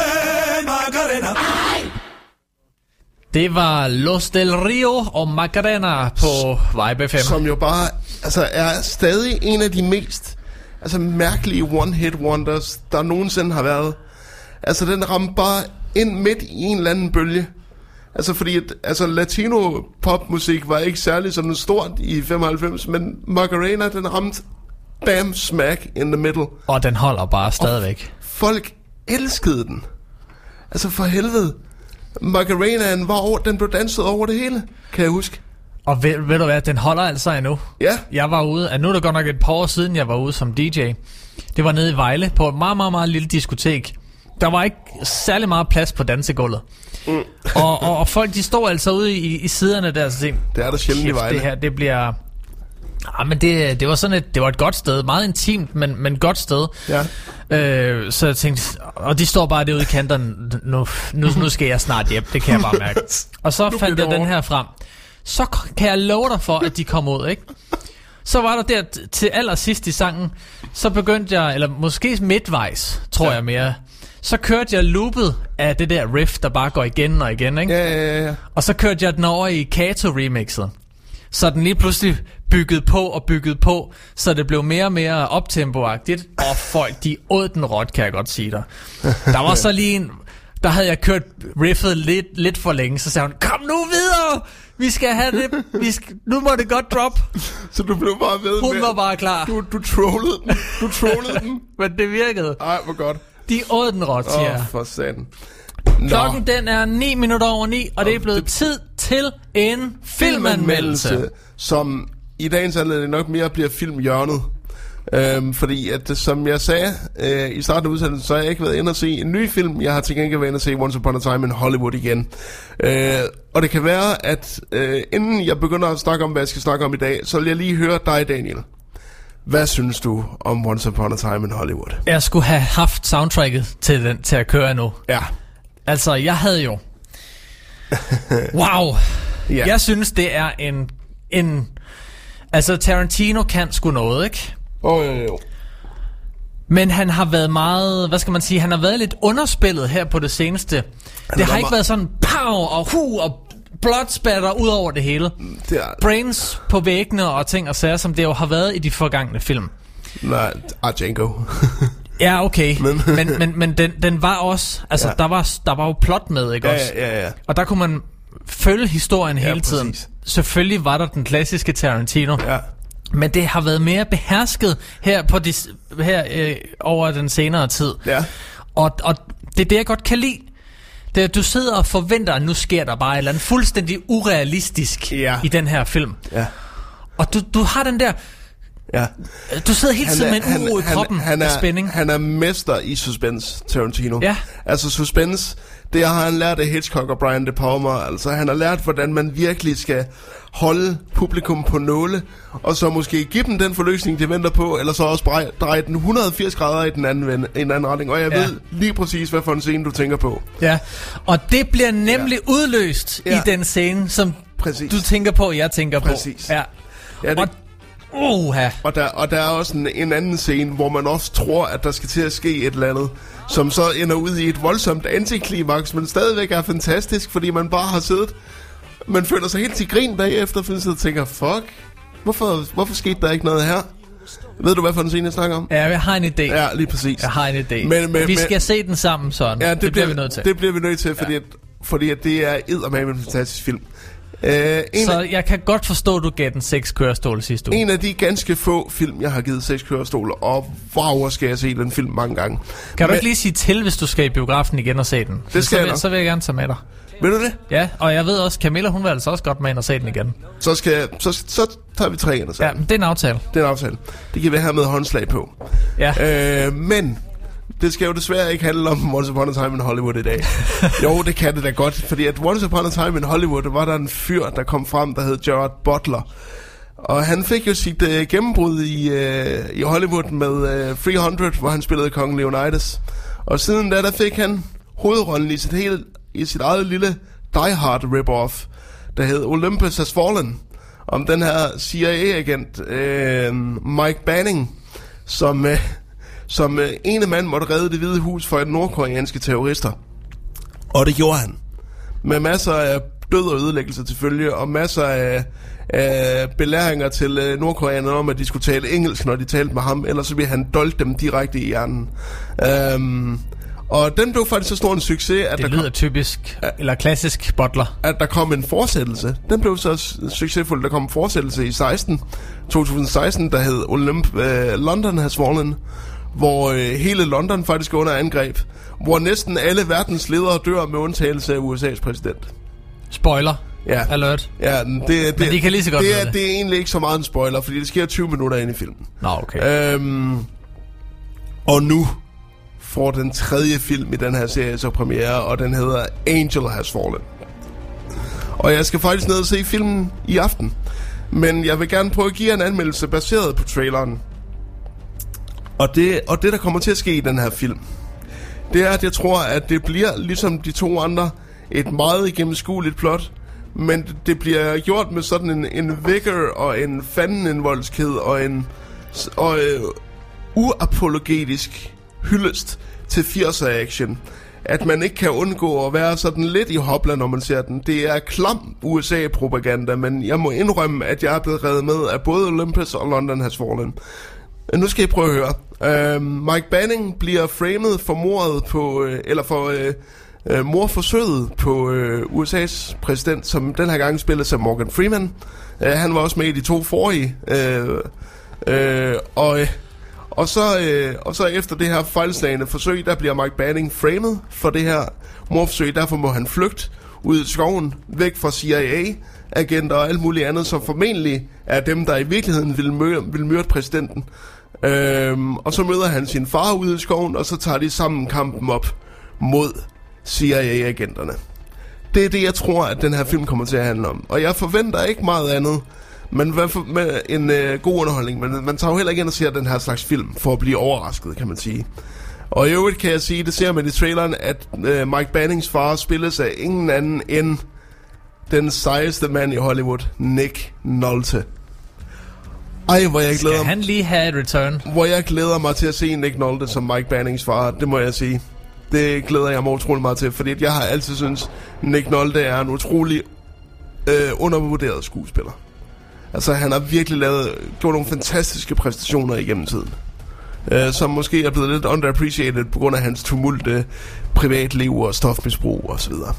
Macarena. Det var Los Del Rio og Macarena på Vibe FM. Som jo bare er stadig en af de mest mærkelige one-hit wonders, der nogensinde har været. Den ramte bare ind midt i en eller anden bølge. Altså fordi latino popmusik var ikke særlig sådan stort i 95, men Macarena, den ramte bam smack in the middle. Og den holder bare stadigvæk. Folk elskede den. Altså for helvede. Macarenaen den blev danset over det hele, kan jeg huske. Og ved du hvad, den holder altså endnu. Ja. Jeg var ude, nu er det godt nok et par år siden, jeg var ude som DJ. Det var nede i Vejle på et meget, meget, meget lille diskotek. Der var ikke særlig meget plads på dansegulvet. Og folk, de står altså ude i siderne der, så tænkte, det er der sjældent i Vejle. Det her, det bliver... men det var sådan det var et godt sted, meget intimt, men godt sted. Ja. Så jeg tænkte, og de står bare derude i kanterne, nu skal jeg snart hjem, det kan jeg bare mærke. Og så fandt jeg den her frem. Så kan jeg love dig for, at de kom ud, ikke? Så var der til allersidst i sangen, så begyndte jeg, eller måske midtvejs, tror jeg mere, så kørte jeg loopet af det der riff, der bare går igen og igen, ikke? Ja. Og så kørte jeg den over i Kato-remixet. Så den lige pludselig byggede på, så det blev mere og mere optempoagtigt. Og folk, de åd den råt, kan jeg godt sige dig. Der var så lige der havde jeg kørt riffet lidt for længe, så sagde hun, kom nu videre! Vi skal have det, nu må det godt drop. Så du blev bare ved Hun var bare klar. Du trollede den. Men det virkede. Ej, hvor godt. De åd den råt, siger jeg. For satan. Klokken den er 9:09, og det er blevet tid til en filmanmeldelse. Som i dagens anledning nok mere bliver filmhjørnet. Fordi at, som jeg sagde i starten af udsendelsen, så har jeg ikke været inde og se en ny film. Jeg har til gengæld været inde og se Once Upon a Time in Hollywood igen. Og det kan være, at inden jeg begynder at snakke om, hvad jeg skal snakke om i dag, så vil jeg lige høre dig, Daniel. Hvad synes du om Once Upon a Time in Hollywood? Jeg skulle have haft soundtracket til at køre nu. Ja. Altså, jeg havde jo... Wow. Ja. Jeg synes, det er en... Altså, Tarantino kan sgu noget, ikke? Jo. Men han har været meget... Hvad skal man sige? Han har været lidt underspillet her på det seneste. Det har ikke været sådan... Pow og og bloodspatter ud over det hele. Brains på væggene og ting og sager, som det jo har været i de forgangne film. Nej, Django. Ja, okay. Men den var også... Altså, ja. der var jo plot med, ikke også? Ja. Og der kunne man følge historien hele tiden. Selvfølgelig var der den klassiske Tarantino. Ja. Men det har været mere behersket her over den senere tid. Ja. Og det er det, jeg godt kan lide. Det er, at du sidder og forventer, at nu sker der bare et eller andet fuldstændig urealistisk i den her film. Ja. Og du har den der... Ja. Du sidder hele tiden med en uro i kroppen af spænding. Han er mester i suspense, Tarantino. Ja. Altså suspense, det har han lært af Hitchcock og Brian De Palma. Altså han har lært, hvordan man virkelig skal holde publikum på nåle, og så måske give dem den forløsning, de venter på, eller så også dreje den 180 grader i den anden retning. Og jeg ved lige præcis, hvad for en scene du tænker på. Ja, og det bliver nemlig udløst i den scene, som du tænker på, jeg tænker på. Præcis. Ja, det... Og der er også en anden scene, hvor man også tror, at der skal til at ske et eller andet, som så ender ud i et voldsomt antiklimaks, men stadigvæk er fantastisk, fordi man bare har siddet. Man føler sig helt til grin bagefter, fordi man tænker, fuck, hvorfor skete der ikke noget her? Ved du, hvad for en scene jeg snakker om? Ja, jeg har en idé. Ja, lige præcis. Jeg har en idé. Vi skal se den sammen, sådan. Ja, det bliver vi nødt til. Det bliver vi nødt til, fordi at det er eddermame en fantastisk film. Så jeg kan godt forstå, at du gav den 6 kørestol sidste uge. En af de ganske få film, jeg har givet 6 kørestol, og wow, skal jeg se den film mange gange. Kan du ikke lige sige til, hvis du skal i biografen igen og se den? Det skal jeg. Så vil jeg gerne tage med dig. Vil du det? Ja, og jeg ved også, Camilla, hun vil altså også godt med ind og se den igen. Så tager vi 3 ind og så. Ja, det er en aftale. Det er en aftale. Det giver vi her med håndslag på. Ja. Men det skal jo desværre ikke handle om Once Upon a Time in Hollywood i dag. Jo, det kan det da godt, fordi at Once Upon a Time in Hollywood var der en fyr, der kom frem, der hed Gerard Butler. Og han fik jo sit gennembrud i Hollywood med 300, hvor han spillede Kong Leonidas. Og siden da, der fik han hovedrollen i sit eget lille Die Hard rip-off, der hed Olympus Has Fallen, om den her CIA-agent Mike Banning, som ene mand måtte redde Det Hvide Hus for nordkoreanske terrorister. Og det gjorde han. Med masser af død og ødelæggelse til følge, og masser af belæringer til nordkoreanerne om, at de skulle tale engelsk, når de talte med ham, ellers så ville han dolte dem direkte i hjernen. Og den blev faktisk så stor en succes, at det lyder typisk, eller klassisk Butler. At der kom en fortsættelse. Den blev så succesfuld. Der kom en fortsættelse i 2016, der hed London Has Fallen, hvor hele London faktisk er under angreb, hvor næsten alle verdens ledere dør med undtagelse af USA's præsident. Spoiler. Ja. Alert. Ja, men de kan lige så godt det er egentlig ikke så meget en spoiler, fordi det sker 20 minutter ind i filmen. Nå, okay. Og nu får den tredje film i den her serie så premiere, og den hedder Angel Has Fallen. Og jeg skal faktisk ned og se filmen i aften. Men jeg vil gerne prøve at give en anmeldelse baseret på traileren. Og det der kommer til at ske i den her film, det er, at jeg tror, at det bliver, ligesom de to andre, et meget gennemskueligt plot. Men det bliver gjort med sådan en vigor og en fandenivoldskhed og en uapologetisk hyldest til 80'er action. At man ikke kan undgå at være sådan lidt i hopla, når man ser den. Det er klam USA-propaganda, men jeg må indrømme, at jeg er blevet revet med af både Olympus og London Has Fallen. Nu skal I prøve at høre. Mike Banning bliver framed for mordet på, mordforsøget på USA's præsident, som den her gang spilles af Morgan Freeman. Han var også med i de to forrige. Og så efter det her fejlslagende forsøg, der bliver Mike Banning framed for det her mordforsøg. Derfor må han flygte ud i skoven, væk fra CIA-agenter og alt muligt andet, som formentlig er dem, der i virkeligheden vil myrde præsidenten. Og så møder han sin far ude i skoven, og så tager de sammen kampen op mod CIA-agenterne. Det er det, jeg tror, at den her film kommer til at handle om. Og jeg forventer ikke meget andet, men med en god underholdning. Men man tager jo heller ikke ind og ser den her slags film for at blive overrasket, kan man sige. Og i øvrigt kan jeg sige, det ser man i traileren, at Mike Bannings far spilles af ingen anden end den sejeste mand i Hollywood, Nick Nolte. Ej, hvor jeg glæder Skal han lige have et return? Hvor jeg glæder mig til at se Nick Nolte som Mike Bannings far, det må jeg sige. Det glæder jeg mig utrolig meget til, fordi jeg har altid syntes, Nick Nolte er en utrolig undervurderet skuespiller. Altså, han har virkelig gjort nogle fantastiske præstationer igennem tiden. Som måske er blevet lidt underappreciated på grund af hans tumulte privatliv og stofmisbrug og så videre.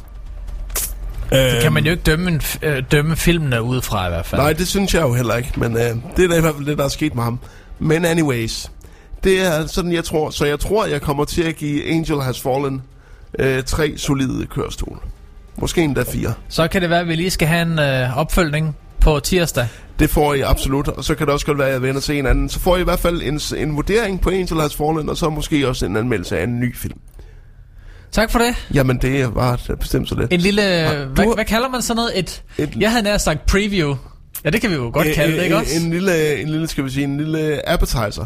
Det kan man jo ikke dømme filmene ud fra i hvert fald. Nej, det synes jeg jo heller ikke, men det er da i hvert fald det, der er sket med ham. Men anyways, det er sådan, jeg tror. Så jeg tror, jeg kommer til at give Angel Has Fallen 3 solide kørestole. Måske endda 4. Så kan det være, at vi lige skal have en opfølgning på tirsdag. Det får I absolut, og så kan det også godt være, at jeg vender til en anden. Så får I hvert fald en vurdering på Angel Has Fallen, og så måske også en anmeldelse af en ny film. Tak for det. Jamen, det var bestemt så lidt. En lille, hvad kalder man sådan noget? Jeg havde nær sagt preview. Ja, det kan vi jo godt kalde det, ikke også? En lille, skal vi sige, en lille appetizer.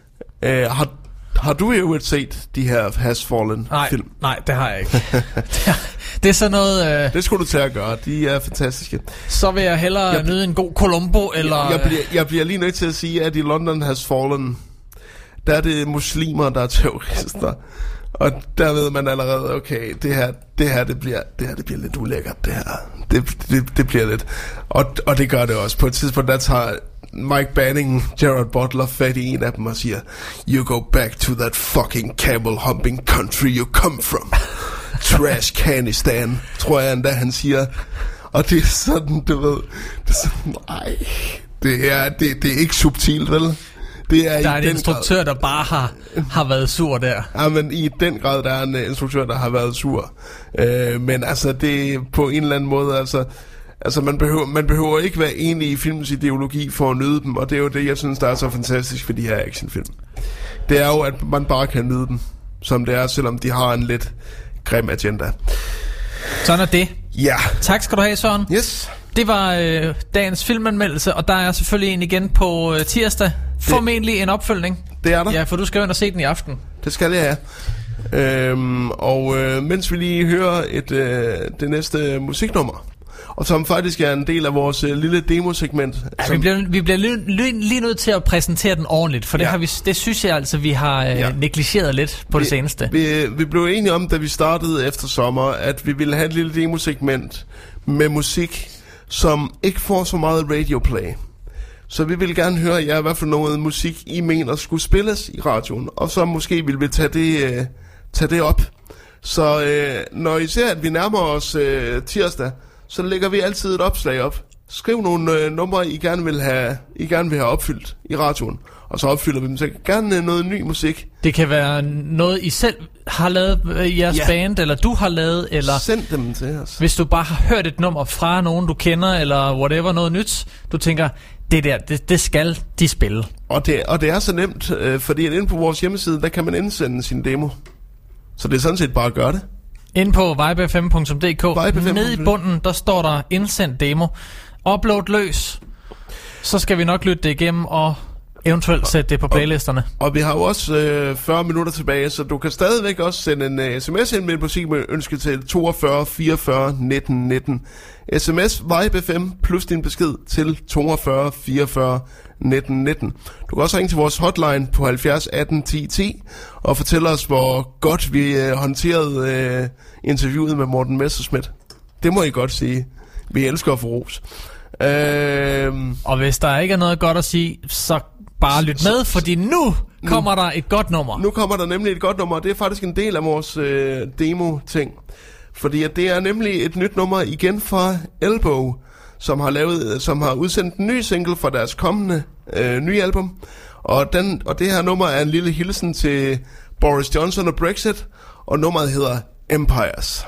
Har du jo set de her Has Fallen film? Nej, det har jeg ikke. Det er sådan noget... Det skulle du til at gøre, de er fantastiske. Så vil jeg hellere nyde en god Columbo, eller... Jeg bliver lige nødt til at sige, at i London Has Fallen, der er det muslimer, der er terrorister. Og der ved man allerede, okay, det her bliver lidt ulækkert, det her. Det bliver lidt... Og det gør det også. På et tidspunkt, der tager Mike Banning, Gerard Butler, fat i en af dem og siger, "You go back to that fucking camel-humping country you come from. Trash Canistan," tror jeg endda, han siger. Og det er sådan, du ved... Det er sådan, nej... Det er ikke subtilt, vel? Der er en instruktør, der bare har været sur der. Ja, men i den grad, der er en instruktør, der har været sur. Men altså, det er på en eller anden måde, altså man behøver ikke være enig i filmens ideologi for at nyde dem, og det er jo det, jeg synes, der er så fantastisk for de her actionfilm. Det er jo, at man bare kan nyde dem, som det er, selvom de har en lidt grim agenda. Sådan er det. Ja. Tak skal du have, Søren. Yes. Det var dagens filmanmeldelse, og der er selvfølgelig en igen på tirsdag. Formentlig en opfølgning. Det er der. Ja, for du skal jo ind og se den i aften. Det skal jeg, ja. Mens vi lige hører det næste musiknummer, og som faktisk er en del af vores lille demosegment. Ja, vi bliver lige nødt til at præsentere den ordentligt, for det synes jeg altså, vi har negligeret lidt på det seneste. Vi blev enige om, da vi startede efter sommer, at vi ville have et lille demosegment med musik, som ikke får så meget radioplay. Så vi vil gerne høre jer, hvad for noget musik I mener skulle spilles i radioen. Og så måske vil vi tage tag det op. Så når I ser, at vi nærmer os tirsdag, så lægger vi altid et opslag op. Skriv nogle numre, I gerne vil have opfyldt i radioen. Og så opfylder vi dem. Så gerne noget ny musik. Det kan være noget, I selv har lavet i jeres band, eller du har lavet, eller... Send dem til os. Hvis du bare har hørt et nummer fra nogen, du kender, eller whatever, noget nyt, du tænker, det skal de spille. Og det er så nemt, fordi inde på vores hjemmeside, der kan man indsende sin demo. Så det er sådan set bare at gøre det. Inde på vibefm.dk, nede i bunden, der står der indsend demo. Upload løs. Så skal vi nok lytte det igennem og eventuelt sætte det på playlisterne. Og vi har jo også 40 minutter tilbage, så du kan stadigvæk også sende en sms ind med en musik med ønske til 42 44 19 19. SMS VIBE FM plus din besked til 42 44 19 19. Du kan også ringe til vores hotline på 70 18 10 10 og fortælle os, hvor godt vi håndterede interviewet med Morten Messerschmidt. Det må I godt sige. Vi elsker at få ros. Og hvis der ikke er noget godt at sige, så bare lyt med, fordi nu kommer der et godt nummer. Nu kommer der nemlig et godt nummer, og det er faktisk en del af vores demo-ting. Fordi at det er nemlig et nyt nummer igen fra Elbow, som har udsendt en ny single fra deres kommende nye album. Og det her nummer er en lille hilsen til Boris Johnson og Brexit, og nummeret hedder Empires.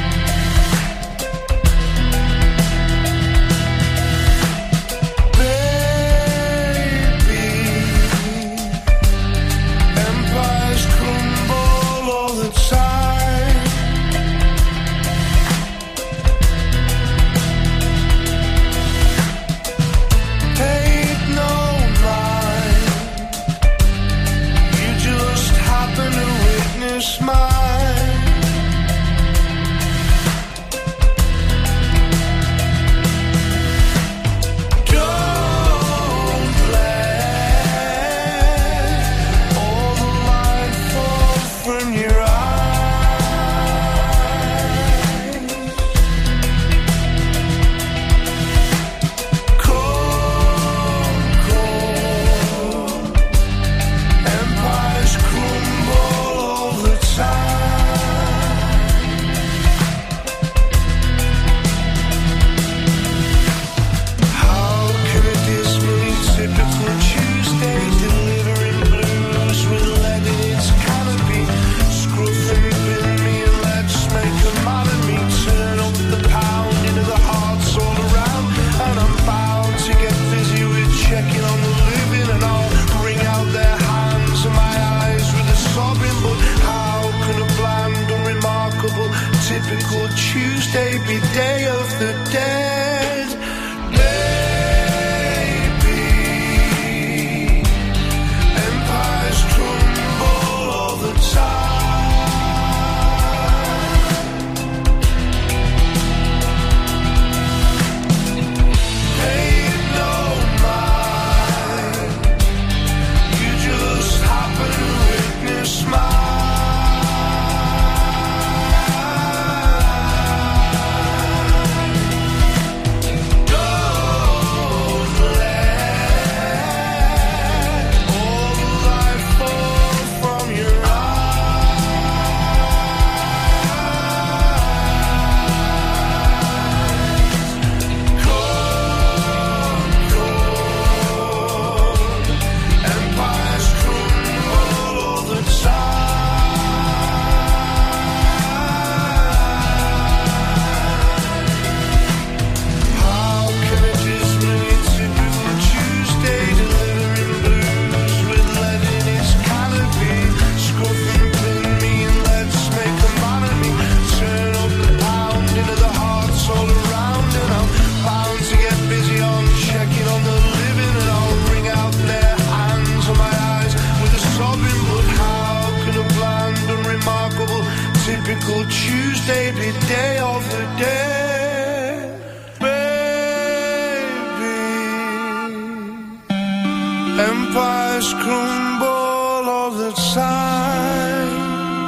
Baby, Empires crumble all the time.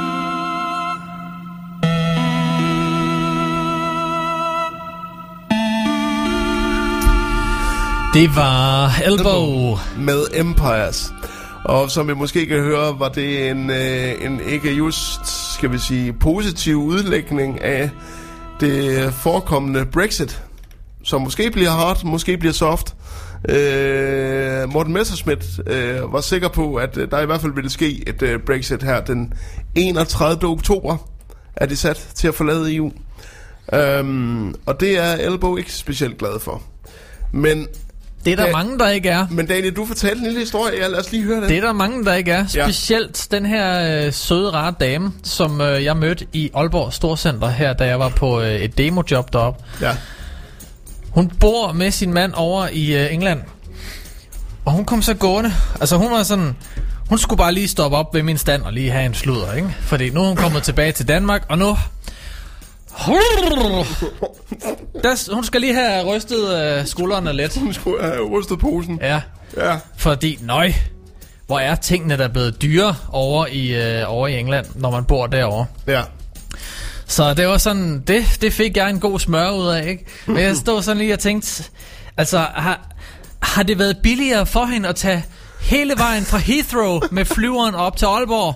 Det var Elbow med Empires. Og som I måske kan høre, var det en ikke just, skal vi sige, positiv udlægning af det forekommende Brexit, som måske bliver hard, måske bliver soft. Morten Messerschmidt var sikker på, at der i hvert fald ville ske et Brexit her den 31. oktober, er de sat til at forlade EU. Og det er Elbow ikke specielt glad for. Men det er der mange, der ikke er. Men Daniel, du fortalte en lille historie. Ja, lad os lige høre det. Det er der mange, der ikke er. Specielt den her søde, rare dame, som jeg mødte i Aalborg Storcenter her, da jeg var på et demojob deroppe. Ja. Hun bor med sin mand over i England. Og hun kom så gående. Altså hun var sådan... Hun skulle bare lige stoppe op ved min stand og lige have en sludder, ikke? Fordi nu er hun kommet tilbage til Danmark, og nu... Hun skal lige have rystet skuldrene lidt. Hun skulle have rystet posen. Ja. Fordi, hvor er tingene, der er blevet dyre over i England, når man bor derovre. Ja. Så det var sådan, det fik jeg en god smør ud af, ikke? Men jeg stod sådan lige og tænkte, altså, har det været billigere for hende at tage hele vejen fra Heathrow med flyveren op til Aalborg?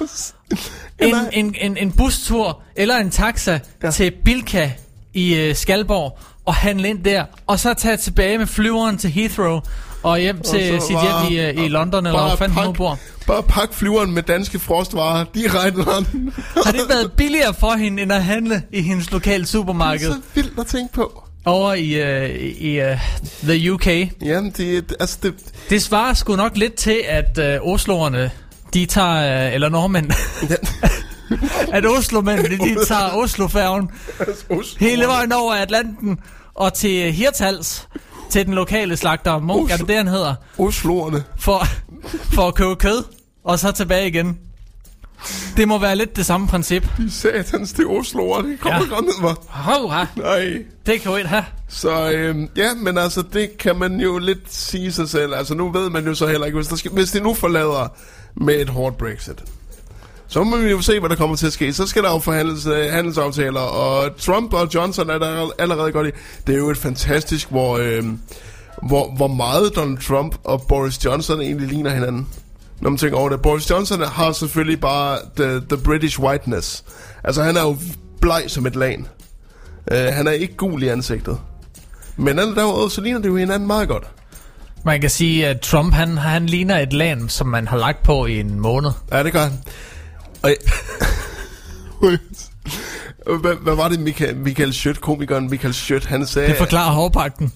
En bustur eller en taxa til Bilka i Skalborg og handle ind der, og så tage tilbage med flyveren til Heathrow og hjem til sit hjem i London, eller hvor fanden hun bor. Bare pak flyveren med danske frostvarer direkte land. Har det været billigere for hende, end at handle i hendes lokale supermarked? Det er så vildt at tænke på. Over i the UK. Jamen, det svarer sgu nok lidt til, at Osloerne, de tager, eller nordmænd, at Oslomænd, de tager Oslofærgen hele vejen over Atlanten og til Hirtshals, til den lokale slagter Munk, er det han hedder? Osloerne. For at købe kød, og så tilbage igen. Det må være lidt det samme princip. De satans, det er Osloer, det kommer godt ned, hva'? Nej. Det kan jo ikke have. Så men altså, det kan man jo lidt sige sig selv. Altså, nu ved man jo så heller ikke, hvis det nu forlader med et hårdt Brexit, så må vi jo se, hvad der kommer til at ske. Så skal der jo forhandles handelsaftaler, og Trump og Johnson er der allerede godt i. Det er jo et fantastisk, hvor meget Donald Trump og Boris Johnson egentlig ligner hinanden. Når man tænker over det. Boris Johnson har selvfølgelig bare the British whiteness. Altså, han er jo bleg som et lagen. Han er ikke gul i ansigtet. Men derudover, så ligner det jo hinanden meget godt. Man kan sige, at Trump, han ligner et lagen, som man har lagt på i en måned. Ja, det gør han. Hvad var det, Michael Schødt, komikeren Michael Schødt, han sagde... Det forklarer hårpakken.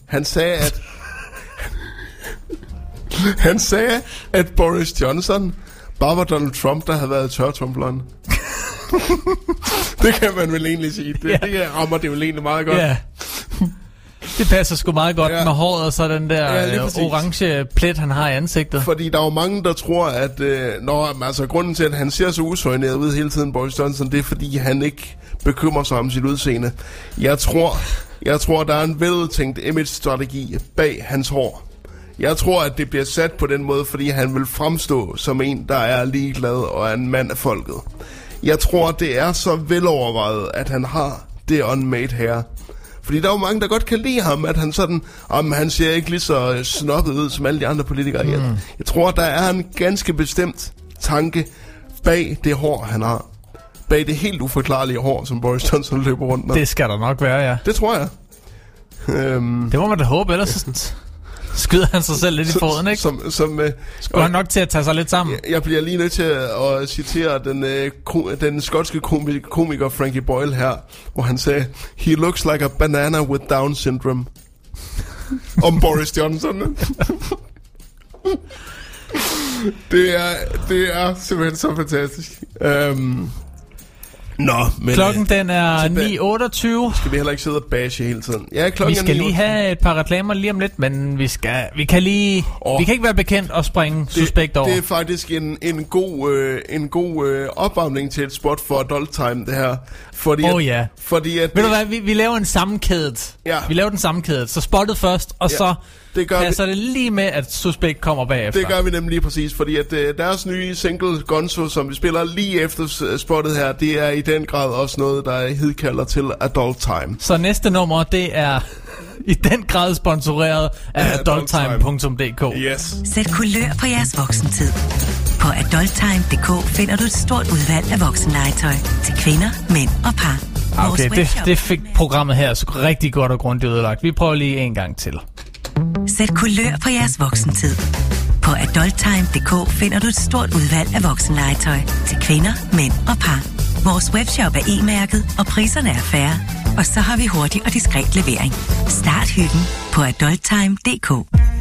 Han sagde, at Boris Johnson bare var Donald Trump, der havde været tørretumbleren. Det kan man vel egentlig sige. Det rammer det jo egentlig meget godt. Ja. Det passer sgu meget godt med håret og så den der orange plet, han har i ansigtet. Fordi der er jo mange, der tror, at grunden til, at han ser så usøjneret ud hele tiden, Boris Johnson, det er, fordi han ikke bekymrer sig om sit udseende. Jeg tror, der er en veltænkt image-strategi bag hans hår. Jeg tror, at det bliver sat på den måde, fordi han vil fremstå som en, der er ligeglad og er en mand af folket. Jeg tror, det er så velovervejet, at han har det unmade hair. Fordi der er jo mange, der godt kan lide ham, at han sådan, han ser ikke lige så snobbet ud som alle de andre politikere. Jeg tror, der er en ganske bestemt tanke bag det hår, han har. Bag det helt uforklarlige hår, som Boris Johnson løber rundt med. Det skal der nok være, ja. Det tror jeg. Det må man da håbe, ellers skyder han sig selv lidt i foden, ikke? Skulle han nok til at tage sig lidt sammen? Jeg bliver lige nødt til at citere den skotske komiker Frankie Boyle her, hvor han sagde, "He looks like a banana with Down syndrome." Om Boris Johnson. Det er simpelthen så fantastisk. Men klokken den er 9:28. Skal vi heller ikke sidde og bashe hele tiden? Ja, vi skal lige have et par reklamer lige om lidt, men vi kan ikke være bekendt og springe suspekt over. Det er faktisk en god opvarmning til et spot for Adult Time, det her. Fordi ved du hvad, vi laver en sammenkædet. Ja. Vi laver den sammenkædet. Så spottet først, og så passer det lige med, at Suspekt kommer bagefter. Det gør vi nemlig lige præcis, fordi at deres nye single, Gonzo, som vi spiller lige efter spottet her, det er i den grad også noget, der hedkalder til Adult Time. Så næste nummer, det er i den grad sponsoreret af adulttime.dk. Yes. Sæt kulør på jeres voksentid. På adulttime.dk finder du et stort udvalg af voksenlegetøj til kvinder, mænd og par. Okay, det fik programmet her så rigtig godt og grundigt udlagt. Vi prøver lige en gang til. Sæt kulør på jeres voksentid. På adulttime.dk finder du et stort udvalg af voksenlegetøj til kvinder, mænd og par. Vores webshop er e-mærket, og priserne er fair. Og så har vi hurtig og diskret levering. Start hyggen på adulttime.dk.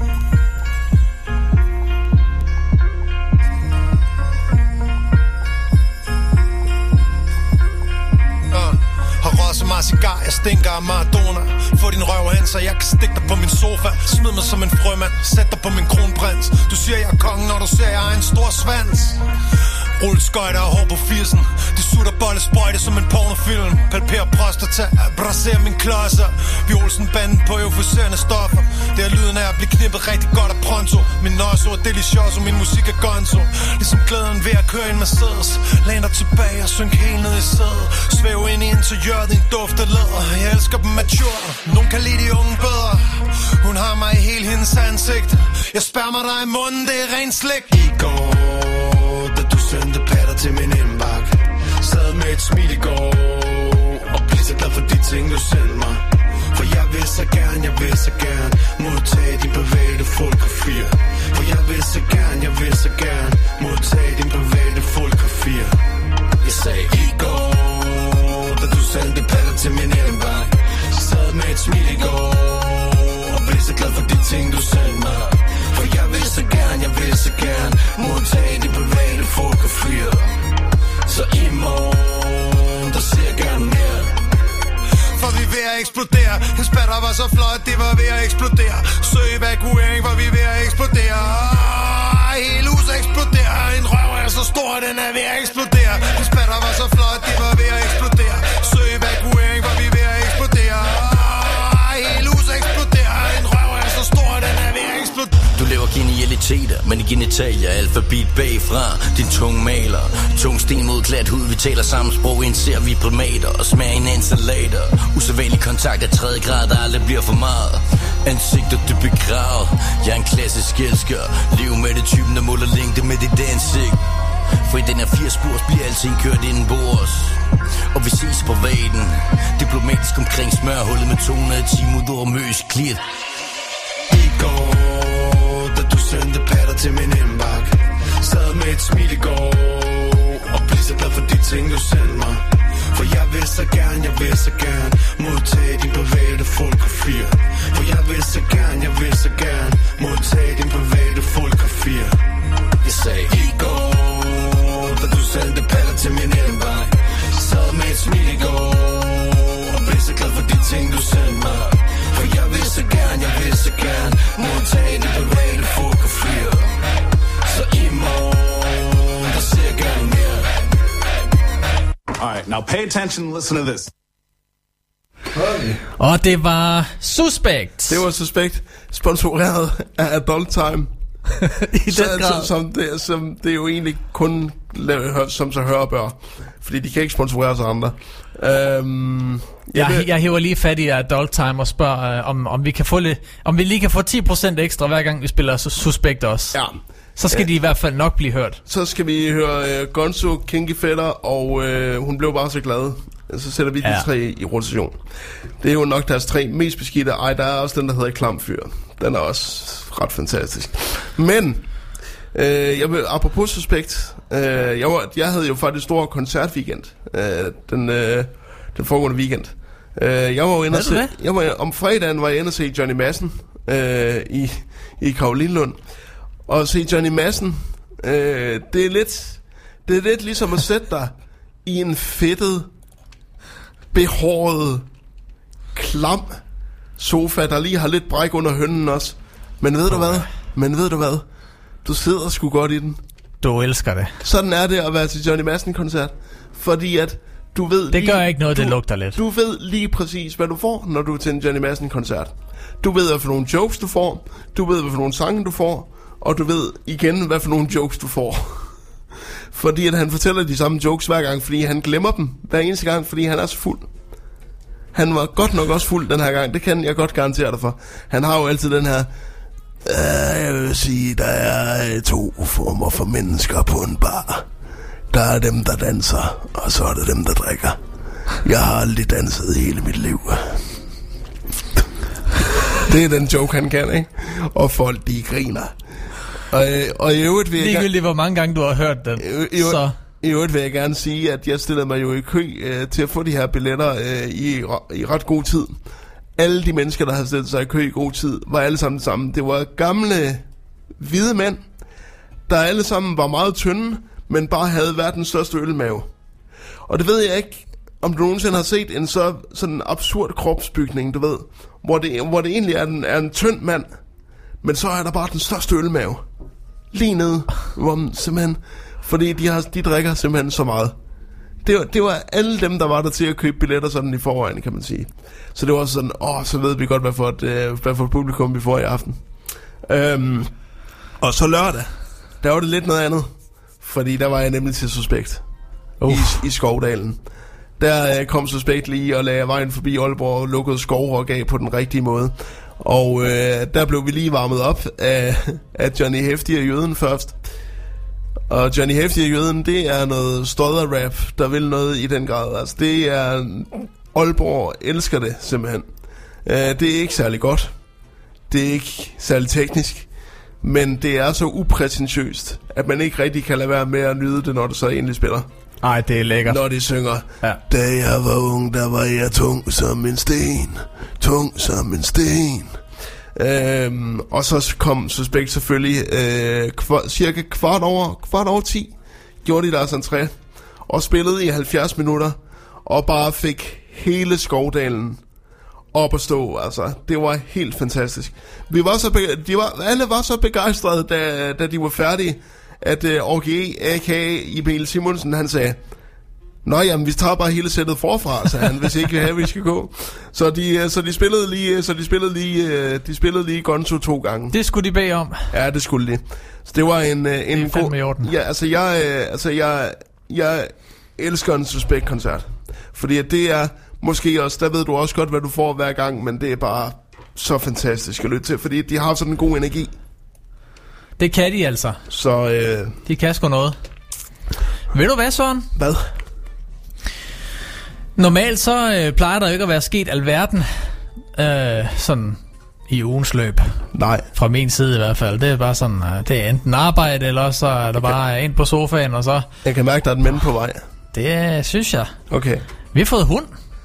Har røget så meget cigar, jeg stinker af Maradona. Få din røv hen, så jeg kan stikke dig på min sofa. Smid mig som en frømand, sæt dig på min kronprins. Du siger, jeg er kongen, når du ser, jeg har en stor svans. Rulleskøjter og hår på 80'en. De sutter bollesprøjte som en pornofilm. Palperer prostata, braserer min klodser. Vi Olsen-banden på euforiserende stoffer. Det er lyden af at blive knippet rigtig godt af pronto. Min nøjso er delicioso, min musik er gonzo. Ligesom glæden ved at køre en Mercedes. Læn dig tilbage og synk helt ned i sædet. Svæv ind i interiøret, din duft af læder. Jeg elsker dem mature, nogen kan lide de unge bedre. Hun har mig i hele hendes ansigt. Jeg spærmer dig i munden, det er ren slik. I går sendte patter til min indbakke. Sad med et smil i går og blev så glad for de ting du sendte mig. For jeg vil så gerne modtage din private fotografier. For jeg vil så gerne modtage din private fotografier. Jeg sagde i går, da du sendte patter til min indbakke. Sad med et smil i går og blev så glad for de ting du sendte mig. For jeg vil så gerne modtage de private fotografier. Så i morgen, der ser jeg gerne mere. For vi er ved at eksplodere. Hendes patter var så flot, det var ved at eksplodere. Søg evakuering, for vi er ved at eksplodere. Hele huset eksploderer. En røv er så stor, den er ved at eksplodere. Hendes patter var så flot, det var ved at eksplodere. Søg evakuering, for vi er ved at eksplodere. Hele huset eksploderer. En røv er så stor, den er ved at eksplodere. Du laver genialiteter, men i genitalia alfabet bagfra. Din tunge maler, tung sten mod glat hud. Vi taler samme sprog, indser vi primater og smager en insalater. Usædvanlig kontakt af tredje grad, der aldrig bliver for meget. Ansigter du begravet. Jeg er en klassisk elsker. Lev med det typen, der måler længde med dit ansigt. For i den her 80-spurs bliver alting kørt indenbords. Og vi ses på vaden. Diplomatisk omkring smørhullet med 210 mod Ormøs klit. I går, da du sendte patter til min indbakke. Sad med et smil i går og blev så glad for de ting du sendte mig. For jeg vil så gerne modtage din private fotografier. For jeg vil så gerne modtage din private fotografier. Jeg sagde i går, da du sendte patter til min indbakke. Sad med et smil i går og blev så glad for de ting du sendte mig. For jeg vil så gerne modtage de private fotografier. Så i morgen, der ser jeg gerne mere. Alright, now pay attention and listen to this. Og det var Suspekt. Det var Suspekt, sponsoreret af Adult Time. I den grad. Som det er jo egentlig kun som så hører bør. Fordi de kan ikke sponsorere sig andre. Jeg hiver lige fat i Adult Time og spørger, om vi lige kan få 10% ekstra, hver gang vi spiller Suspekt også. Ja. Så skal de i hvert fald nok blive hørt. Så skal vi høre Gonzo, Kinky Fætter, og hun blev bare så glad. Så sætter vi de tre i rotation. Det er jo nok deres tre mest beskidte. Ej, der er også den, der hedder Klam Fyr. Den er også ret fantastisk. Men apropos Suspekt, jeg havde jo faktisk stor koncertweekend den foregående weekend. Om fredagen var jeg inde og se Johnny Madsen i Karolinlund. Og se Johnny Madsen, det er lidt ligesom at sætte dig i en fedtet, behåret, klam sofa, der lige har lidt bræk under hønnen også. Men ved du hvad? Du sidder sgu godt i den. Du elsker det. Sådan er det at være til Johnny Madsen-koncert. Fordi at du ved... Det gør ikke noget, det lugter lidt. Du ved lige præcis, hvad du får, når du er til en Johnny Madsen-koncert. Du ved, hvad for nogle jokes du får. Du ved, hvad for nogle sange du får. Og du ved igen, hvad for nogle jokes du får. Fordi at han fortæller de samme jokes hver gang, fordi han glemmer dem hver eneste gang, fordi han er så fuld. Han var godt nok også fuld den her gang, det kan jeg godt garantere dig for. Han har jo altid den her... Jeg vil sige, der er 2 former for mennesker på en bar. Der er dem, der danser, og så er der dem, der drikker. Jeg har aldrig danset i hele mit liv. Det er den joke, han kan, ikke? Og folk, de griner. Og i øvrigt vil jeg ligegyldigt, hvor mange gange du har hørt den. I øvrigt vil jeg gerne sige, at jeg stillede mig jo i kø til at få de her billetter i ret god tid. Alle de mennesker, der havde stillet sig i kø i god tid, var alle sammen sammen. Det var gamle, hvide mænd, der alle sammen var meget tynde, men bare havde verdens største ølmave. Og det ved jeg ikke, om du nogensinde har set en sådan en absurd kropsbygning, du ved, hvor det egentlig er en tynd mand, men så er der bare den største ølmave. Lige nede, hvor simpelthen, fordi de drikker simpelthen så meget. Det var alle dem, der var der til at købe billetter sådan i forvejen, kan man sige. Så det var sådan, så ved vi godt, hvad for et publikum vi får i aften. Og så lørdag, der var det lidt noget andet, fordi der var jeg nemlig til Suspekt i Skovdalen. Der kom Suspekt lige og lagde vejen forbi Aalborg og lukkede Skovrock af på den rigtige måde. Og der blev vi lige varmet op af Johnny Hefti og Jøden først. Og Johnny Hefti og Jøden, det er noget stodder-rap, der vil noget i den grad. Altså, det er... Aalborg elsker det, simpelthen. Det er ikke særlig godt. Det er ikke særlig teknisk. Men det er så uprætentiøst, at man ikke rigtig kan lade være med at nyde det, når det så egentlig spiller. Ej, det er lækkert. Når de synger, ja. Da jeg var ung, der var jeg tung som en sten. Tung som en sten. Og så kom Suspekt selvfølgelig cirka kvart over 10 gjorde de deres entré og spillede i 70 minutter og bare fik hele Skovdalen op at stå. Altså, det var helt fantastisk. Alle var så begejstrede, da de var færdige, at OGE, a.k.a. Emil Simonsen, han sagde, nå jamen, vi tager bare hele sættet forfra, sagde han, hvis ikke vi skal gå. Så de spillede lige Gonzo 2 gange. Det skulle de bede om. Ja, det skulle de. Så det var en god... i orden. Ja, jeg elsker en Suspekt-koncert. Fordi at det er måske også, der ved du også godt, hvad du får hver gang, men det er bare så fantastisk at lytte til, fordi de har sådan en god energi. Det kan de altså. Så de kan sgu noget. Ved du hvad, Søren? Hvad? Normalt så plejer der ikke at være sket alverden sådan i ugens løb. Nej. Fra min side i hvert fald. Det er bare sådan, det er enten arbejde, eller så er der bare ind på sofaen, og så... Jeg kan mærke, der er en mænd på vej. Det synes jeg. Okay. Vi har fået hund.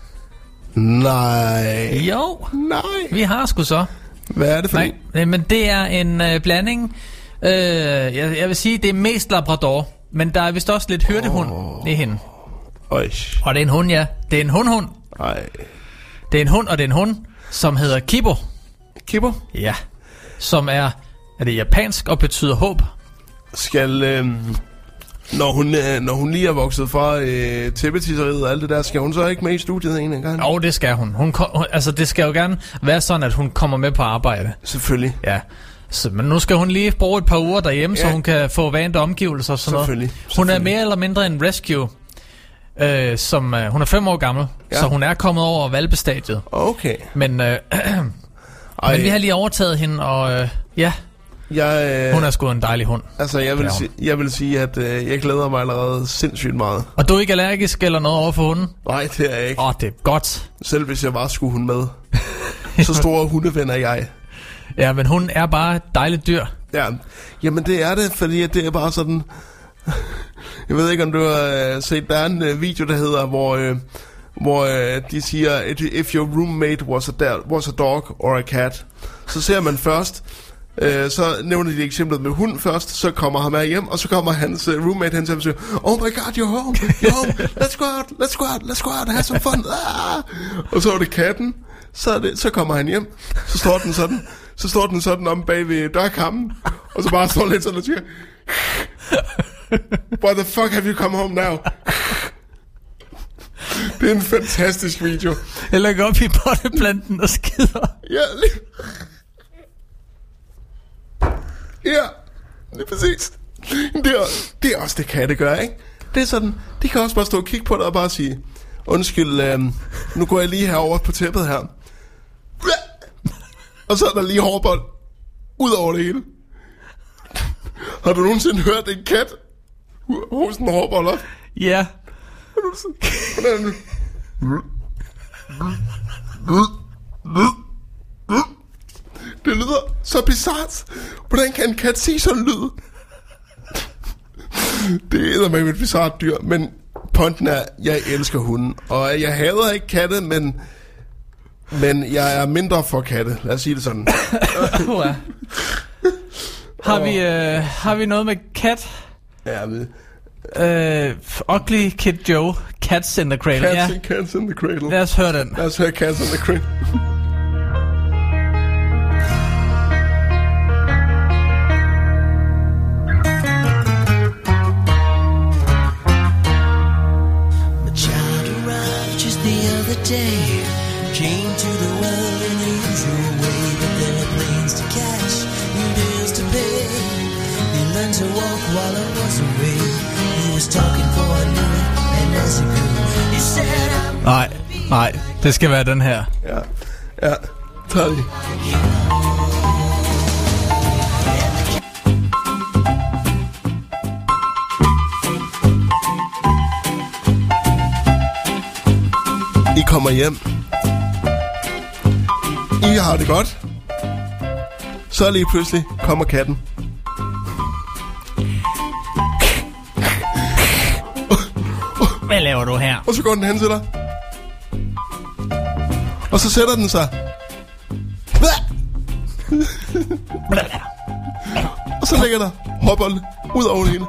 Nej. Jo. Nej. Vi har sgu så. Hvad er det for en? Men det er en blanding. Jeg vil sige, det er mest labrador, men der er vist også lidt hyrdehund i hende. Øj. Og det er en hund, ja. Det er en hundhund. Nej. Det er en hund, og det er en hund, som hedder Kibo. Kibo? Ja. Som er det japansk og betyder håb. Skal... Når hun lige er vokset fra tæppetisseriet og alt det der, skal hun så ikke med i studiet en gang? Jo, det skal hun. Altså, det skal jo gerne være sådan, at hun kommer med på arbejde. Selvfølgelig. Ja. Men nu skal hun lige bruge et par uger derhjemme, så hun kan få vante omgivelser og sådan noget. Hun er mere eller mindre en rescue. Hun er 5 år gammel, så hun er kommet over valpestadiet. Okay. Men vi har lige overtaget hende, og hun er sgu en dejlig hund. Altså, jeg vil sige, at jeg glæder mig allerede sindssygt meget. Og du er ikke allergisk eller noget over for hunden? Nej, det er jeg ikke. Det er godt. Selv hvis jeg bare skulle hun med. Så store hundeven er jeg. Ja, men hun er bare et dejligt dyr. Ja, jamen det er det, fordi det er bare sådan... Jeg ved ikke, om du har set, der er en video, der hedder, hvor de siger, if your roommate was a dog or a cat. Så ser man først, så nævner de eksemplet med hund først, så kommer han med hjem, og så kommer hans roommate hen til ham og siger, oh my god, you're home, let's go out, have some fun. Og så er det katten, så kommer han hjem, så står den sådan om bag ved dørkammen, og så bare står lidt sådan og siger, Why the fuck have you come home now? Det er en fantastisk video. Eller gå op i potteplanten og skider. Ja, lige... Ja, lige præcis. Det er også det katte gør, ikke? Det er sådan, de kan også bare stå og kigge på dig og bare sige, undskyld, nu går jeg lige herover på tæppet her. Og så er der lige hårbold ud over det hele. Har du nogensinde hørt en kat hos en hårbold op? Ja. Hvordan? Det lyder så bizarrt. Hvordan kan en kat sige sådan en lyd? Det er med et bizarrt dyr. Men pointen er, jeg elsker hunden. Og jeg hader ikke katte, men jeg er mindre for katte. Lad os sige det sådan. Har vi noget med kat? Ja, vi... Ugly Kid Joe, Cats in the Cradle. Cats in the Cradle. Lad os høre den. Lad os høre Cats in the Cradle. Day came to the world in the usual way, but there were planes to catch and bills to pay. He learned to walk while I was away. He was talking for a minute, and as he grew, he said, Nej, det skal være den her. Ja, tag lige. I kommer hjem. I har det godt. Så lige pludselig kommer katten. Hvad laver du her? Og så går den hen til dig. Og så sætter den sig. Og så ligger der hårbold ud over det hele.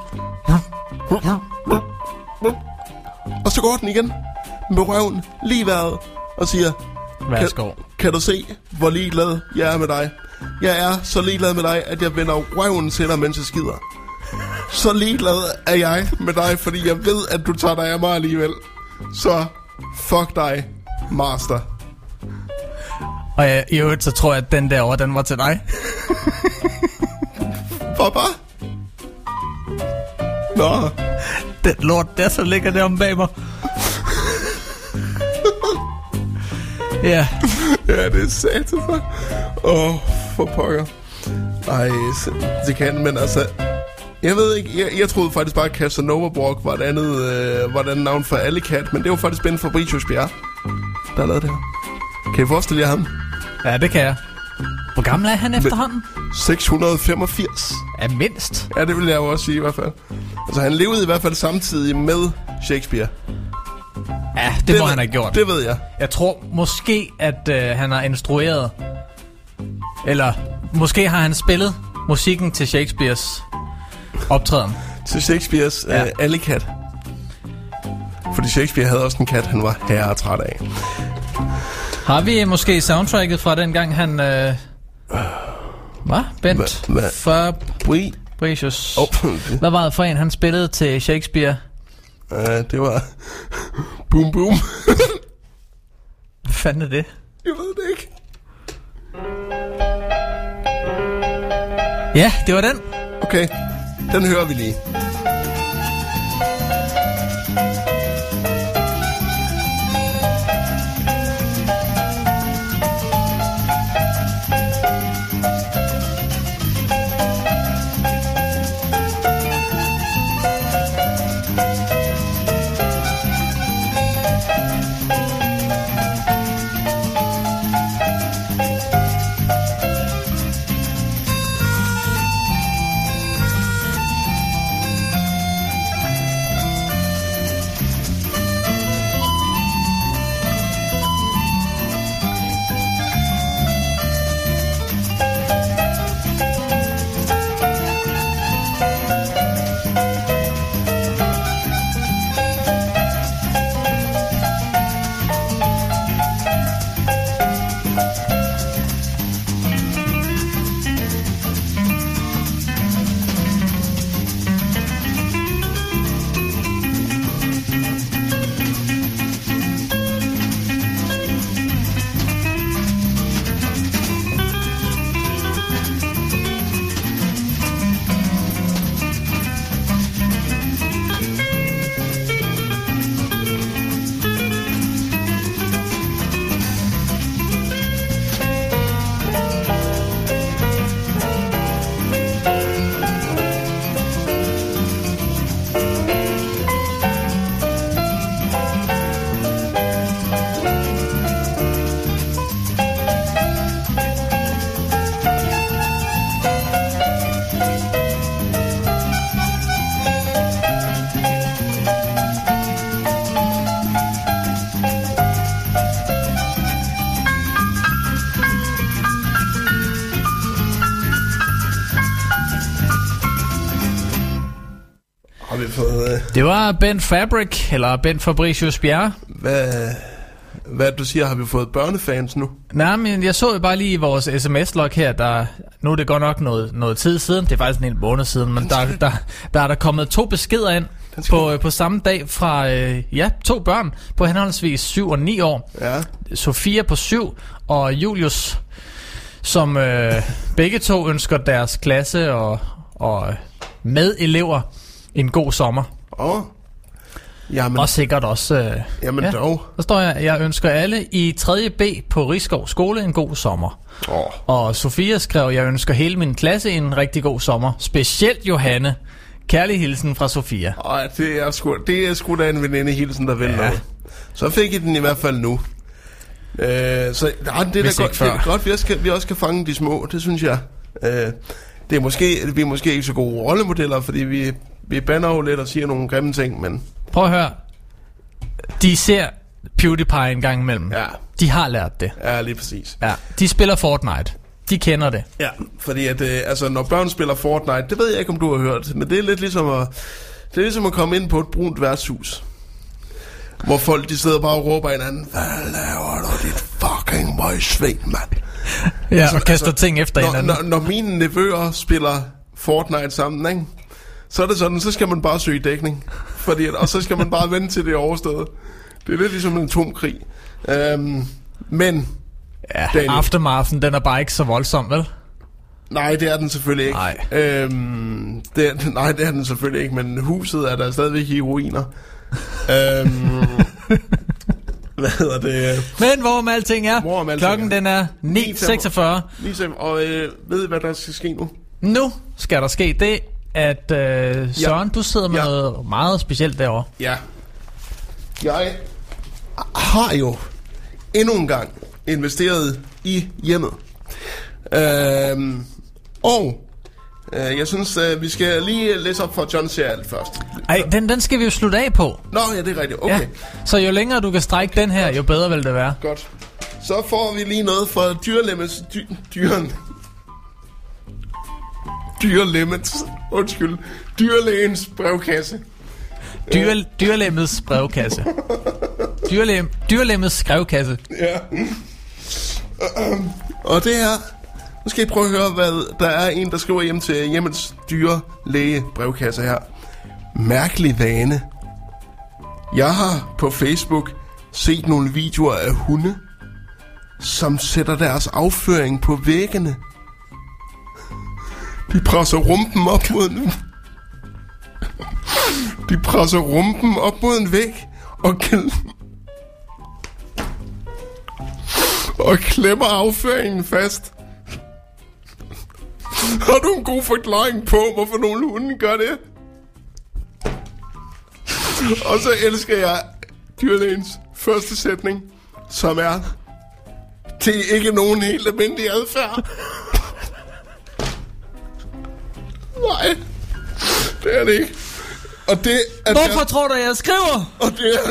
Og så går den igen med røven lige været og siger, kan du se, hvor ligeglad jeg er med dig? Jeg er så ligeglad med dig, at jeg vender røven til dig, mens jeg skider. Så ligeglad er jeg med dig, fordi jeg ved, at du tager dig af mig alligevel. Så fuck dig, master. Og i øvrigt, så tror jeg, at den derovre, den var til dig. Papa? Nå. Den lort der, så ligger der om bag mig. Ja. Ja, det er satan. For pokker. Ej, det kan, men altså... Jeg ved ikke, jeg troede faktisk bare, at Casanova Brock var et andet navn for Alicat, men det var faktisk Ben Fabricius Bjerre, der har lavet det her. Kan I forestille jer ham? Ja, det kan jeg. Hvor gammel er han efterhånden? 685. Ja, mindst. Ja, det vil jeg jo også sige i hvert fald. Altså, han levede i hvert fald samtidig med Shakespeare. Ja, det må han have gjort. Det ved jeg. Jeg tror måske, at han har instrueret, eller måske har han spillet musikken til Shakespeares optræden. Til Shakespeares Alicat. Fordi Shakespeare havde også en kat, han var herretræt af. Har vi måske soundtracket fra den gang, han... Hvad? Bent? Fabricius. Hvad var det for en, han spillede til Shakespeare? Det var... Boom Boom. Hvad fanden er det? Jeg ved det ikke. Ja, det var den. Okay, den hører vi lige. Har vi fået... Det var Ben Fabric, eller Ben Fabricius Bjerre. Hvad du siger, har vi fået børnefans nu? Nej, men jeg så jo bare lige i vores sms-log her, nu er det godt nok noget tid siden, det er faktisk en måned siden, men der er der kommet 2 beskeder ind på samme dag fra 2 børn på henholdsvis 7 og 9 år. Ja. Sofia på 7 og Julius, som begge to ønsker deres klasse og medelever en god sommer. Jamen. Og sikkert også... dog. Der står jeg ønsker alle i 3. B på Rigskov Skole en god sommer. Og Sofia skrev, jeg ønsker hele min klasse en rigtig god sommer. Specielt Johanne. Kærlig hilsen fra Sofia. Det er sgu da en venindehilsen, der vil noget. Så fik I den i hvert fald nu. Det er godt, vi også kan fange de små, det synes jeg. Vi er måske ikke så gode rollemodeller, fordi vi bander jo lidt og siger nogle grimme ting, men... Prøv at høre. De ser PewDiePie en gang imellem. Ja. De har lært det. Ja, lige præcis. Ja. De spiller Fortnite. De kender det. Ja, fordi at, når børn spiller Fortnite, det ved jeg ikke, om du har hørt, men det er lidt ligesom at komme ind på et brunt værtshus. Hvor folk, de sidder bare og råber hinanden, hvad laver du, dit fucking møgsvin, mand? Ja, og kaster ting efter hinanden. Når mine nevøer spiller Fortnite sammen, ikke? Så er det sådan, så skal man bare søge dækning. Og så skal man bare vente til det er overstået. Det er lidt ligesom en atomkrig. Men... Ja, aftermathen, den er bare ikke så voldsom, vel? Nej, det er den selvfølgelig ikke. Nej. Det er den selvfølgelig ikke, men huset er der stadigvæk i ruiner. Hvad hedder det? Men hvorom alting er, klokken den er 9.46. Og ved I, hvad der skal ske nu? Nu skal der ske det, at Søren, du sidder med noget meget specielt derovre. Ja. Jeg har jo endnu en gang investeret i hjemmet. Jeg synes, vi skal lige læse op for John ser alt først. Ej, den skal vi jo slutte af på. Nå, ja, det er rigtigt. Okay. Ja. Så jo længere du kan strække den her, jo bedre vil det være. Godt. Så får vi lige noget fra dyrlægens brevkasse. Dyrlemmets brevkasse. Dyrlemmets skrevkasse. Ja. Og det her, nu skal I prøve at høre, hvad der er en, der skriver hjem til hjemmets dyrlæge brevkasse her. Mærkelig vane. Jeg har på Facebook set nogle videoer af hunde, som sætter deres afføring på væggene. De presser rumpen op mod en væg og klemmer afføringen fast. Har du en god forklaring på, hvorfor nogle hunde gør det? Og så elsker jeg dyrlægens første sætning, som er: det er ikke nogen helt almindelig adfærd. Nej, det er det ikke. Og det er hvorfor tror du, jeg skriver? Og det er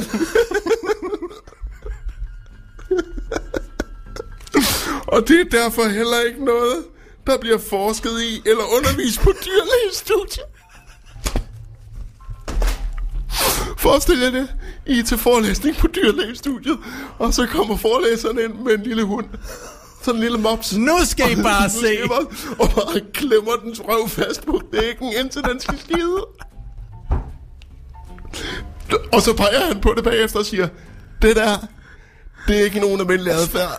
og det er derfor heller ikke noget, der bliver forsket i eller undervist på dyrlægestudiet. Forestil jer det. I er til forelæsning på dyrlægestudiet, og så kommer forelæseren ind med en lille hund. Sådan en lille mops. Nu skal I bare se. Og bare klemmer dens røv fast på dækken, indtil den skal skide. Og så peger han på det bagefter og siger: det der, det er ikke nogen almindelig adfærd.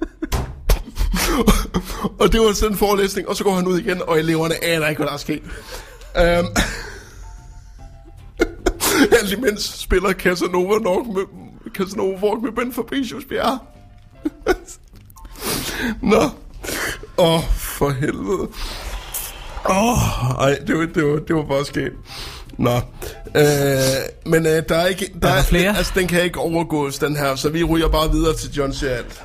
Og det var sådan en forelæsning. Og så går han ud igen, og eleverne aner ikke, hvad der er sket. Alt imens spiller Casanova Walk med Ben Fabricius Bjerre. Nå. For helvede. Ej, det var bare sket. Nå. Men der er ikke... Der er flere? Altså, den kan ikke overgås, den her. Så vi ryger bare videre til John siger alt.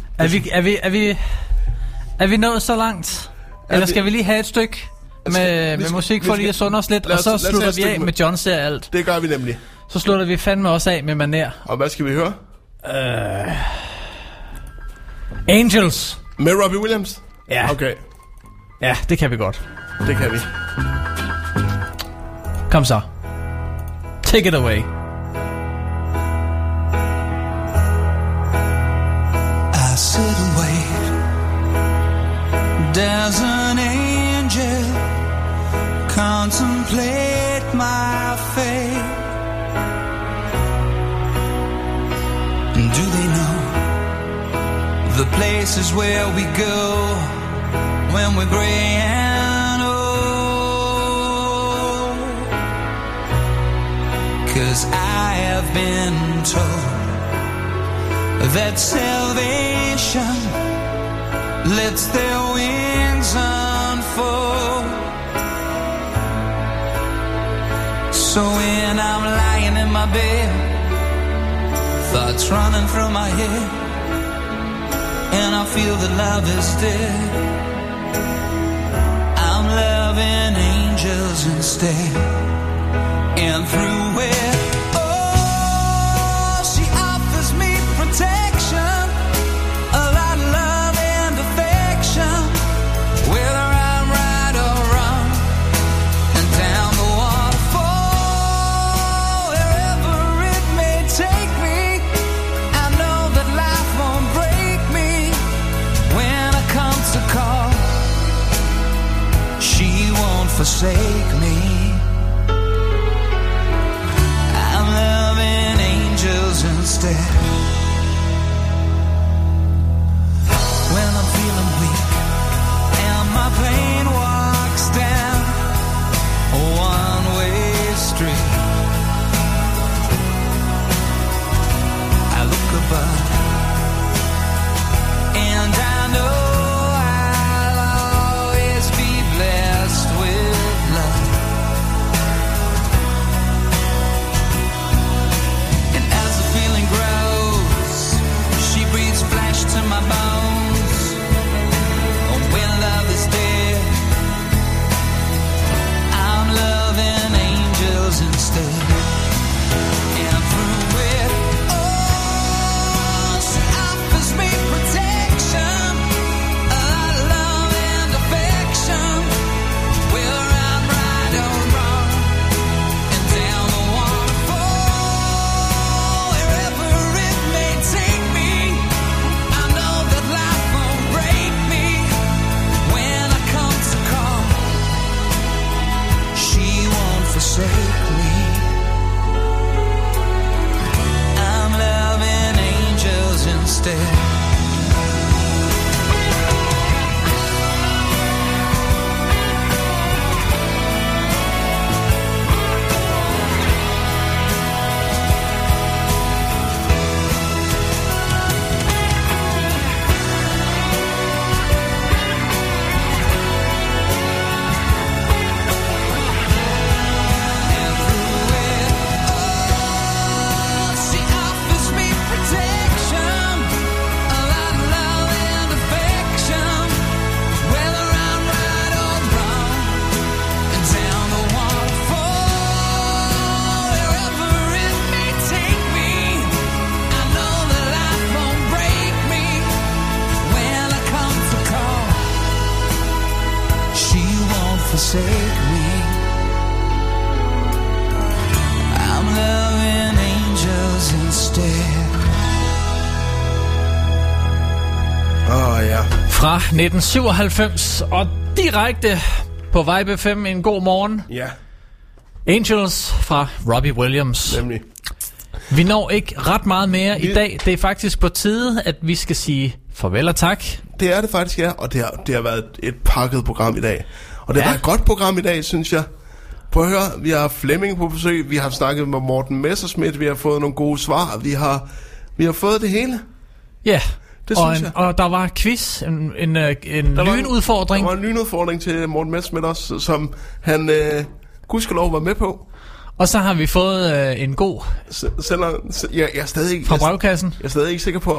Er vi nået så langt? Eller skal vi lige have et stykke med musik for lige at sunde os lidt, og så slutter vi af med John ser alt? Det gør vi nemlig. Så slutter vi fandme også af med manér. Og hvad skal vi høre? Angels. Med Robbie Williams? Ja. Okay. Ja, det kan vi godt. Det kan vi. Kom så. Take it away. I sit and wait. Does an angel contemplate my fate? Do they know the places where we go when we're gray and old? 'Cause I have been told that salvation lets their wings unfold. So when I'm lying in my bed, thoughts running through my head, and I feel that love is dead, I'm loving angels instead. And through it, oh, she offers me protection, a lot of love and affection, whether I'm right or wrong, and down the waterfall, wherever it may take me, I know that life won't break me when I come to call. She won't forsake me. I'm loving angels instead. When I'm feeling weak and my pain walks down a one-way street, I look above and I know I'll always be blessed with love. And as the feeling grows, she breathes flesh to my bones. And when love is dead, I'm loving angels instead. And through it, oh, she offers me protection, a lot of love and affection, whether I'm right or wrong, and down the waterfall, wherever it may take me, I know that life won't break me when I come to call. She won't forsake me. I'm loving angels instead. She offers me protection, a lot of love and affection, whether I'm right or wrong, and down the waterfall, wherever it may take me, I know that life won't break me when I come to call. She won't forsake me. I'm loving angels instead. Ja. Fra 1997 og direkte på Vibe FM. En god morgen. Ja. Angels fra Robbie Williams. Nemlig. Vi når ikke ret meget mere i dag. Det er faktisk på tide, at vi skal sige farvel og tak. Det er det faktisk, ja. Og det har været et pakket program i dag. Og det har været et godt program i dag, synes jeg. Prøv at høre, vi har Flemming på besøg. Vi har snakket med Morten Messerschmidt. Vi har fået nogle gode svar. Vi har fået det hele. Ja. Det synes jeg. Og der var quiz, en lynudfordring. Der var en lynudfordring til Morten Messerschmidt også, som han gudskelov var med på. Og så har vi fået en god jeg er stadig fra brevkassen. Jeg er stadig ikke sikker på,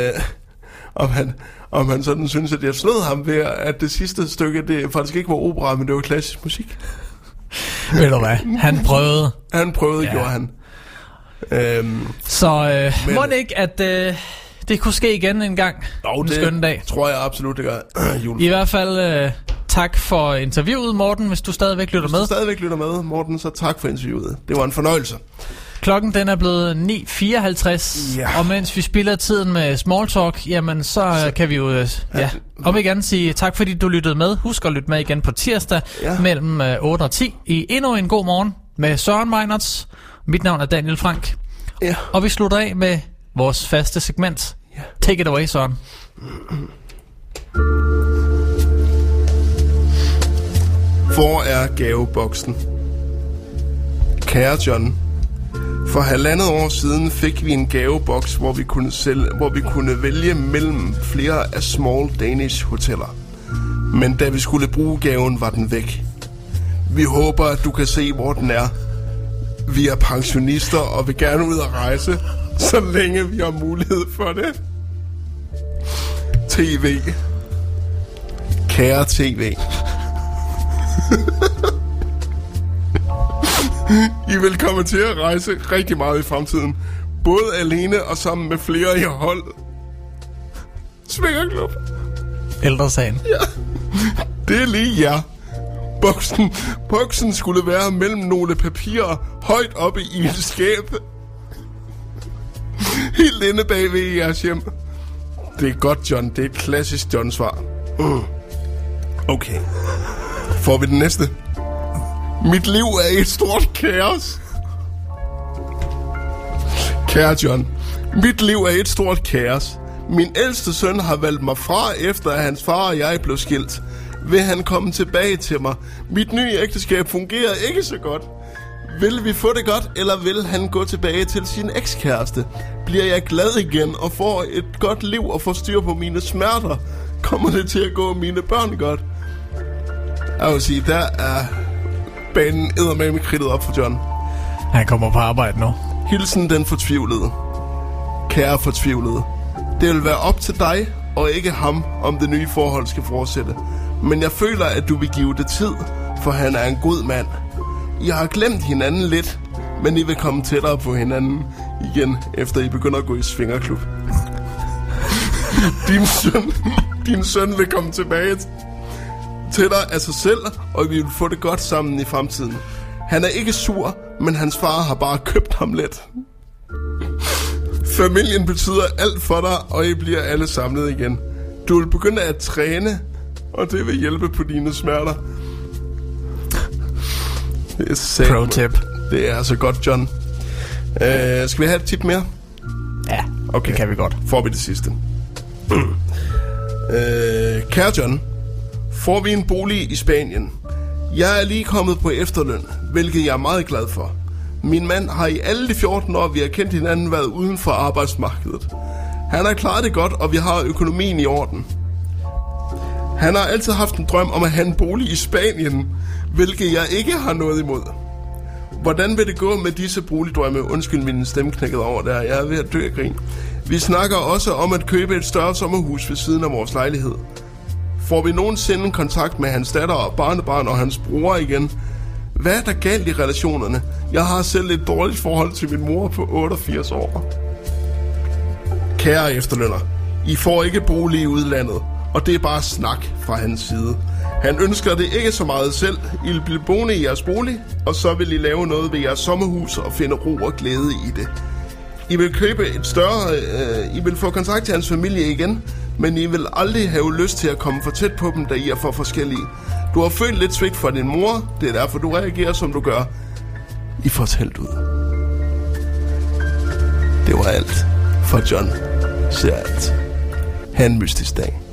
om han sådan synes, at jeg slået ham ved, at det sidste stykke, det faktisk ikke var opera, men det var klassisk musik. Ved du hvad? Han prøvede. Gjorde han. Så må det ikke, at det kunne ske igen en gang. En skønne dag. Tror jeg absolut, det gør. I hvert fald tak for interviewet, Morten, hvis du stadigvæk lytter med. Hvis du stadigvæk lytter med, Morten, så tak for interviewet. Det var en fornøjelse. Klokken den er blevet 9:54, og mens vi spiller tiden med small talk, jamen så kan vi jo om ikke andet sige tak, fordi du lyttede med. Husk at lytte med igen på tirsdag mellem 8 og 10 i endnu en god morgen med Søren Meinerts. Mit navn er Daniel Frank. Og vi slutter af med vores faste segment. Take it away, Søren. Hvor er gaveboksen? Kære John, for 1,5 år siden fik vi en gaveboks, hvor vi kunne vælge mellem flere af small Danish hoteller. Men da vi skulle bruge gaven, var den væk. Vi håber, at du kan se, hvor den er. Vi er pensionister og vil gerne ud at rejse, så længe vi har mulighed for det. TV. Kære TV. I vil komme til at rejse rigtig meget i fremtiden. Både alene og sammen med flere i hold. Svingerklub. Ældresagen. Ja. Det er lige jer. Boksen skulle være mellem nogle papirer højt oppe i et skab. Helt inde bagved i jeres hjem. Det er godt, John. Det er et klassisk John-svar. Okay. Får vi den næste? Mit liv er et stort kaos. Kære John, mit liv er et stort kaos. Min ældste søn har valgt mig fra, efter at hans far og jeg blev skilt. Vil han komme tilbage til mig? Mit nye ægteskab fungerer ikke så godt. Vil vi få det godt, eller vil han gå tilbage til sin ekskæreste? Bliver jeg glad igen og får et godt liv og får styr på mine smerter? Kommer det til at gå mine børn godt? Jeg vil sige, der er banen eddermame kridtet op for John. Han kommer på arbejde nu. Hilsen den fortvivlede. Kære fortvivlede. Det vil være op til dig og ikke ham, om det nye forhold skal fortsætte. Men jeg føler, at du vil give det tid, for han er en god mand. I har glemt hinanden lidt, men I vil komme tættere på hinanden igen, efter I begynder at gå i svingerklub. Din søn vil komme tilbage til dig af sig selv, og vi vil få det godt sammen i fremtiden. Han er ikke sur, men hans far har bare købt ham lidt. Familien betyder alt for dig, og I bliver alle samlet igen. Du vil begynde at træne, og det vil hjælpe på dine smerter. Det er pro tip. Det er så godt, John. Skal vi have et tip mere? Ja, okay. Det kan vi godt. Får vi det sidste. Kære John, får vi en bolig i Spanien? Jeg er lige kommet på efterløn, hvilket jeg er meget glad for. Min mand har i alle de 14 år, vi har kendt hinanden, været uden for arbejdsmarkedet. Han har klaret det godt, og vi har økonomien i orden. Han har altid haft en drøm om at have en bolig i Spanien, hvilket jeg ikke har noget imod. Hvordan vil det gå med disse boligdrømme? Undskyld, min stemme knækkede over der. Jeg er ved at dø af grin. Vi snakker også om at købe et større sommerhus ved siden af vores lejlighed. Får vi nogensinde kontakt med hans datter og barnebarn og hans bror igen? Hvad er der galt i relationerne? Jeg har selv et dårligt forhold til min mor på 88 år. Kære efterlønner, I får ikke bolig i udlandet, og det er bare snak fra hans side. Han ønsker det ikke så meget selv. I vil blive boende i jeres bolig, og så vil I lave noget ved jeres sommerhus og finde ro og glæde i det. I vil købe et større... I vil få kontakt til hans familie igen, men I vil aldrig have lyst til at komme for tæt på dem, da I er for forskellige. Du har følt lidt svigt fra din mor, det er derfor du reagerer som du gør. I får talt ud. Det var alt for John. Ser alt. Ha' en mystisk dag.